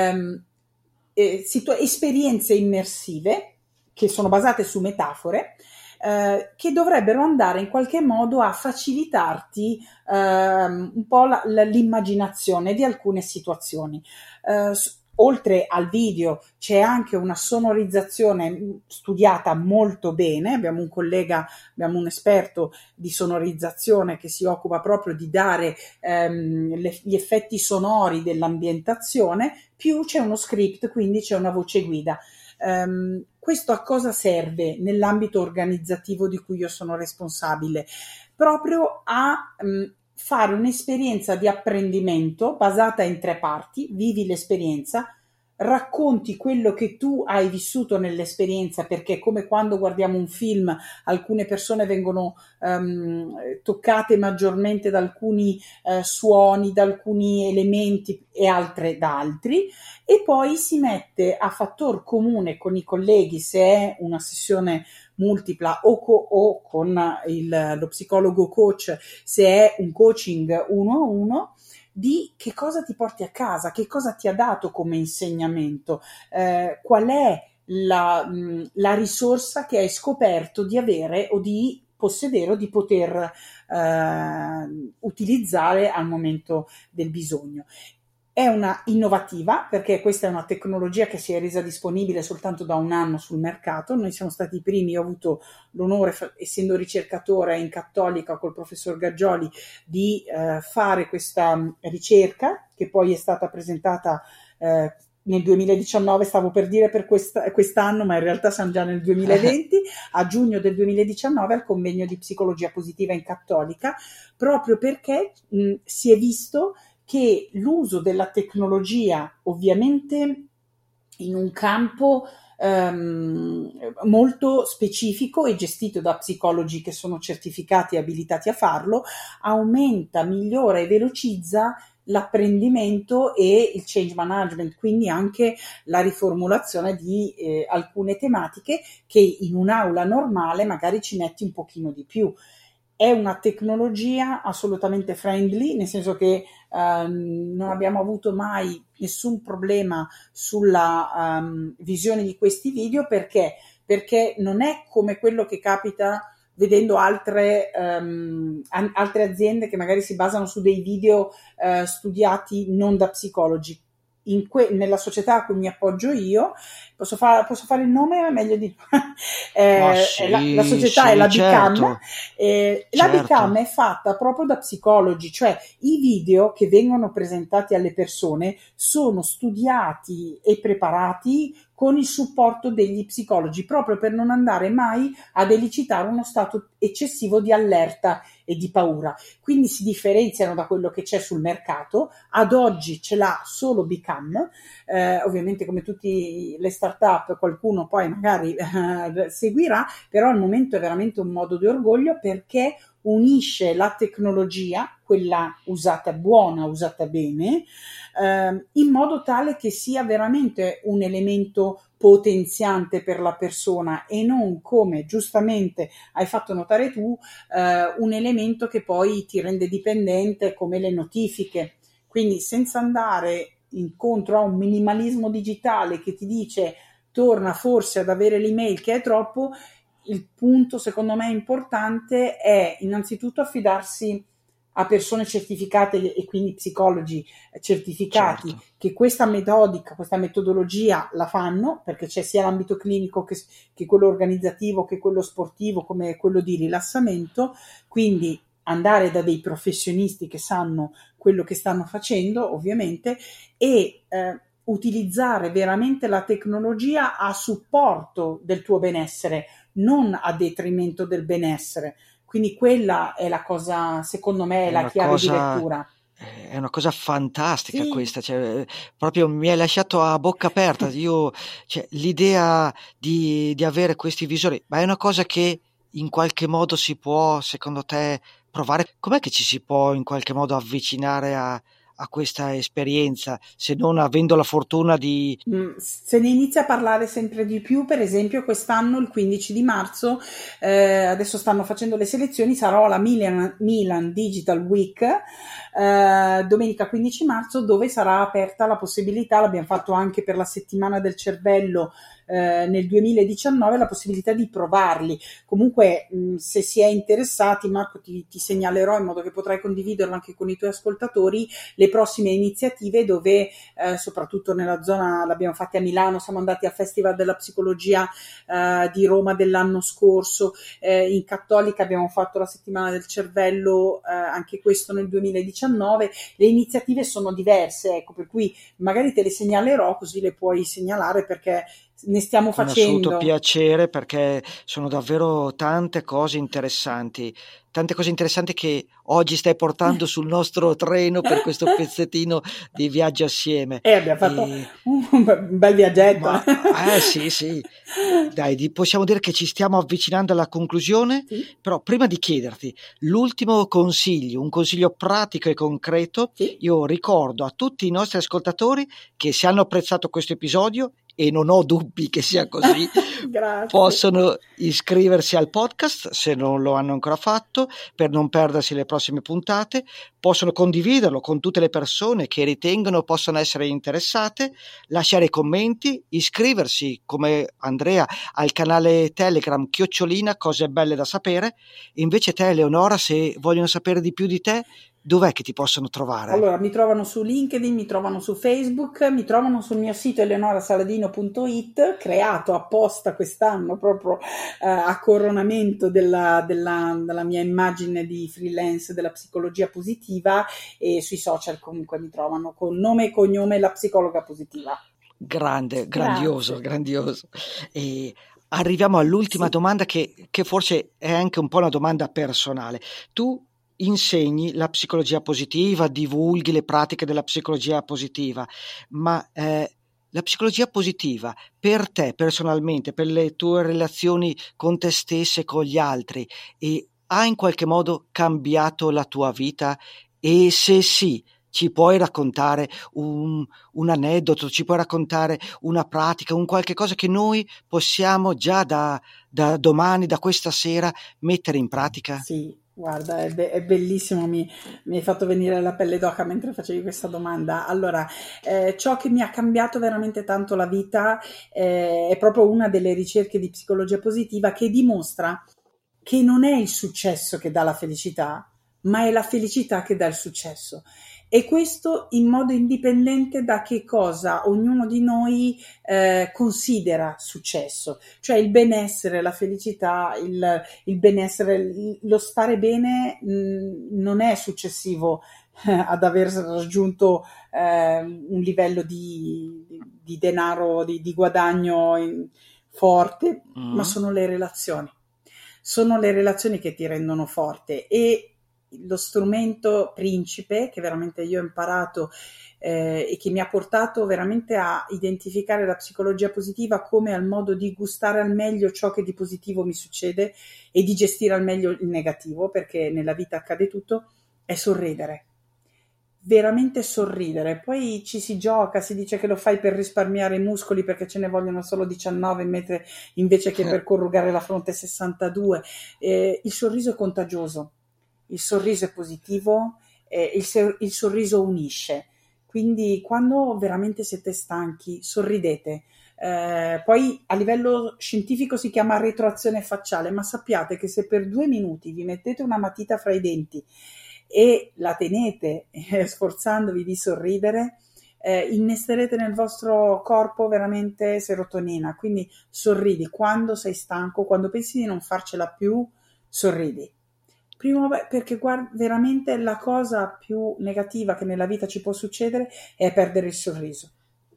esperienze immersive che sono basate su metafore, che dovrebbero andare in qualche modo a facilitarti un po' l'immaginazione di alcune situazioni. Oltre al video c'è anche una sonorizzazione studiata molto bene, abbiamo un collega, abbiamo un esperto di sonorizzazione che si occupa proprio di dare gli effetti sonori dell'ambientazione, più c'è uno script, quindi c'è una voce guida. Questo a cosa serve nell'ambito organizzativo di cui io sono responsabile? Proprio a fare un'esperienza di apprendimento basata in tre parti, vivi l'esperienza, racconti quello che tu hai vissuto nell'esperienza, perché come quando guardiamo un film, alcune persone vengono toccate maggiormente da alcuni suoni, da alcuni elementi e altre da altri, e poi si mette a fattor comune con i colleghi, se è una sessione multipla o con lo psicologo coach, se è un coaching uno a uno, di che cosa ti porti a casa, che cosa ti ha dato come insegnamento, qual è la risorsa che hai scoperto di avere o di possedere o di poter utilizzare al momento del bisogno. È una innovativa perché questa è una tecnologia che si è resa disponibile soltanto da un anno sul mercato. Noi siamo stati i primi, ho avuto l'onore, essendo ricercatore in Cattolica col professor Gaggioli, di fare questa ricerca che poi è stata presentata nel 2019, stavo per dire per quest'anno, ma in realtà siamo già nel 2020, a giugno del 2019 al convegno di psicologia positiva in Cattolica, proprio perché si è visto che l'uso della tecnologia, ovviamente in un campo molto specifico e gestito da psicologi che sono certificati e abilitati a farlo, aumenta, migliora e velocizza l'apprendimento e il change management, quindi anche la riformulazione di alcune tematiche che in un'aula normale magari ci metti un pochino di più. È una tecnologia assolutamente friendly, nel senso che non abbiamo avuto mai nessun problema sulla visione di questi video perché non è come quello che capita vedendo altre aziende che magari si basano su dei video studiati non da psicologi. Nella società a cui mi appoggio io, posso fare il nome? È meglio di sì, la società sì, è la certo, Bicam. La certo. Bicam è fatta proprio da psicologi, cioè i video che vengono presentati alle persone sono studiati e preparati con il supporto degli psicologi, proprio per non andare mai ad elicitare uno stato eccessivo di allerta e di paura. Quindi si differenziano da quello che c'è sul mercato. Ad oggi ce l'ha solo Bicam, ovviamente come tutte le start-up qualcuno poi magari seguirà, però al momento è veramente un modo di orgoglio perché unisce la tecnologia, quella usata buona, usata bene, in modo tale che sia veramente un elemento potenziante per la persona e non, come giustamente hai fatto notare tu, un elemento che poi ti rende dipendente come le notifiche. Quindi senza andare incontro a un minimalismo digitale che ti dice torna forse ad avere l'email che è troppo, il punto secondo me importante è innanzitutto affidarsi a persone certificate e quindi psicologi certificati, Certo. che questa metodologia la fanno, perché c'è sia l'ambito clinico che quello organizzativo, che quello sportivo, come quello di rilassamento, quindi andare da dei professionisti che sanno quello che stanno facendo, ovviamente, e utilizzare veramente la tecnologia a supporto del tuo benessere, non a detrimento del benessere. Quindi quella è la cosa, secondo me, è la chiave di lettura. È una cosa fantastica Sì. questa, cioè, proprio mi hai lasciato a bocca aperta. Cioè, l'idea di avere questi visori, ma è una cosa che in qualche modo si può, secondo te, provare? Com'è che ci si può in qualche modo avvicinare a questa esperienza, se non avendo la fortuna di... Se ne inizia a parlare sempre di più, per esempio quest'anno il 15 di marzo, adesso stanno facendo le selezioni, sarò alla Milan Digital Week, domenica 15 marzo, dove sarà aperta la possibilità, l'abbiamo fatto anche per la settimana del cervello nel 2019, la possibilità di provarli. Comunque se si è interessati, Marco, ti segnalerò in modo che potrai condividerlo anche con i tuoi ascoltatori le prossime iniziative dove soprattutto nella zona, l'abbiamo fatta a Milano, siamo andati al Festival della Psicologia di Roma dell'anno scorso, in Cattolica abbiamo fatto la settimana del cervello, anche questo nel 2019. Le iniziative sono diverse, ecco, per cui magari te le segnalerò così le puoi segnalare perché ne stiamo Con assoluto facendo. piacere, perché sono davvero tante cose interessanti che oggi stai portando sul nostro treno per questo pezzettino di viaggio assieme. Abbiamo fatto un bel viaggetto. Sì, sì. Dai, possiamo dire che ci stiamo avvicinando alla conclusione, Sì. però prima di chiederti l'ultimo consiglio, un consiglio pratico e concreto, Sì. io ricordo a tutti i nostri ascoltatori che se hanno apprezzato questo episodio e non ho dubbi che sia così, possono iscriversi al podcast se non lo hanno ancora fatto, per non perdersi le prossime puntate, possono condividerlo con tutte le persone che ritengono possano essere interessate, lasciare commenti, iscriversi come Andrea al canale Telegram @cose belle da sapere. Invece te, Eleonora, se vogliono sapere di più di te, dov'è che ti possono trovare? Allora, mi trovano su LinkedIn, mi trovano su Facebook, mi trovano sul mio sito eleonorasaladino.it, creato apposta quest'anno proprio a coronamento della mia immagine di freelance della psicologia positiva, e sui social comunque mi trovano con nome e cognome La Psicologa Positiva. Grande, grandioso, grandioso. E arriviamo all'ultima domanda che forse è anche un po' una domanda personale. Tu insegni la psicologia positiva, divulghi le pratiche della psicologia positiva, ma la psicologia positiva per te personalmente, per le tue relazioni con te stessa e con gli altri, ha in qualche modo cambiato la tua vita? E se sì, ci puoi raccontare un aneddoto, ci puoi raccontare una pratica, un qualche cosa che noi possiamo già da domani, da questa sera, mettere in pratica? Sì. Guarda, è bellissimo, mi hai fatto venire la pelle d'oca mentre facevi questa domanda. Allora, ciò che mi ha cambiato veramente tanto la vita è proprio una delle ricerche di psicologia positiva che dimostra che non è il successo che dà la felicità, ma è la felicità che dà il successo. E questo in modo indipendente da che cosa ognuno di noi considera successo, cioè il benessere, la felicità, il benessere, lo stare bene non è successivo ad aver raggiunto un livello di denaro, di guadagno forte, ma sono le relazioni. Sono le relazioni che ti rendono forte, e lo strumento principe che veramente io ho imparato e che mi ha portato veramente a identificare la psicologia positiva come al modo di gustare al meglio ciò che di positivo mi succede e di gestire al meglio il negativo, perché nella vita accade tutto, è sorridere. Veramente sorridere. Poi ci si gioca, si dice che lo fai per risparmiare i muscoli perché ce ne vogliono solo 19 invece che per corrugare la fronte 62. Il sorriso è contagioso. Il sorriso è positivo, il sorriso unisce, quindi quando veramente siete stanchi sorridete. Poi a livello scientifico si chiama retroazione facciale, ma sappiate che se per 2 minuti vi mettete una matita fra i denti e la tenete sforzandovi di sorridere, innesterete nel vostro corpo veramente serotonina. Quindi sorridi quando sei stanco, quando pensi di non farcela più, sorridi. Primo, perché veramente la cosa più negativa che nella vita ci può succedere è perdere il sorriso.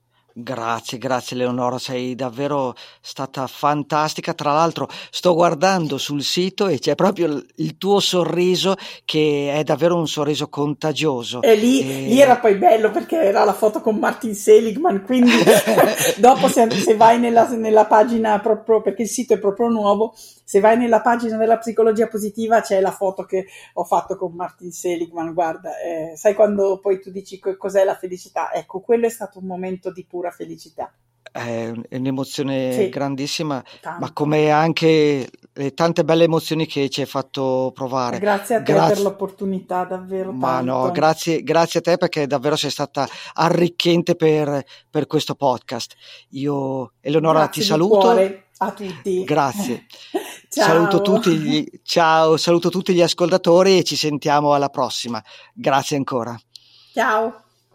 Grazie Eleonora, sei davvero stata fantastica. Tra l'altro sto guardando sul sito e c'è proprio il tuo sorriso, che è davvero un sorriso contagioso. E lì era poi bello perché era la foto con Martin Seligman, quindi dopo se vai nella pagina, proprio perché il sito è proprio nuovo, se vai nella pagina della psicologia positiva c'è la foto che ho fatto con Martin Seligman. Guarda, sai quando poi tu dici cos'è la felicità? Ecco, quello è stato un momento di pura felicità. È un'emozione grandissima, tanto. Ma come anche le tante belle emozioni che ci hai fatto provare. Grazie a te per l'opportunità, davvero tanto. No, grazie a te, perché davvero sei stata arricchente per questo podcast. Io, Eleonora, grazie ti saluto. Cuore a tutti. Grazie. Ciao. Saluto tutti gli ascoltatori e ci sentiamo alla prossima. Grazie ancora. Ciao.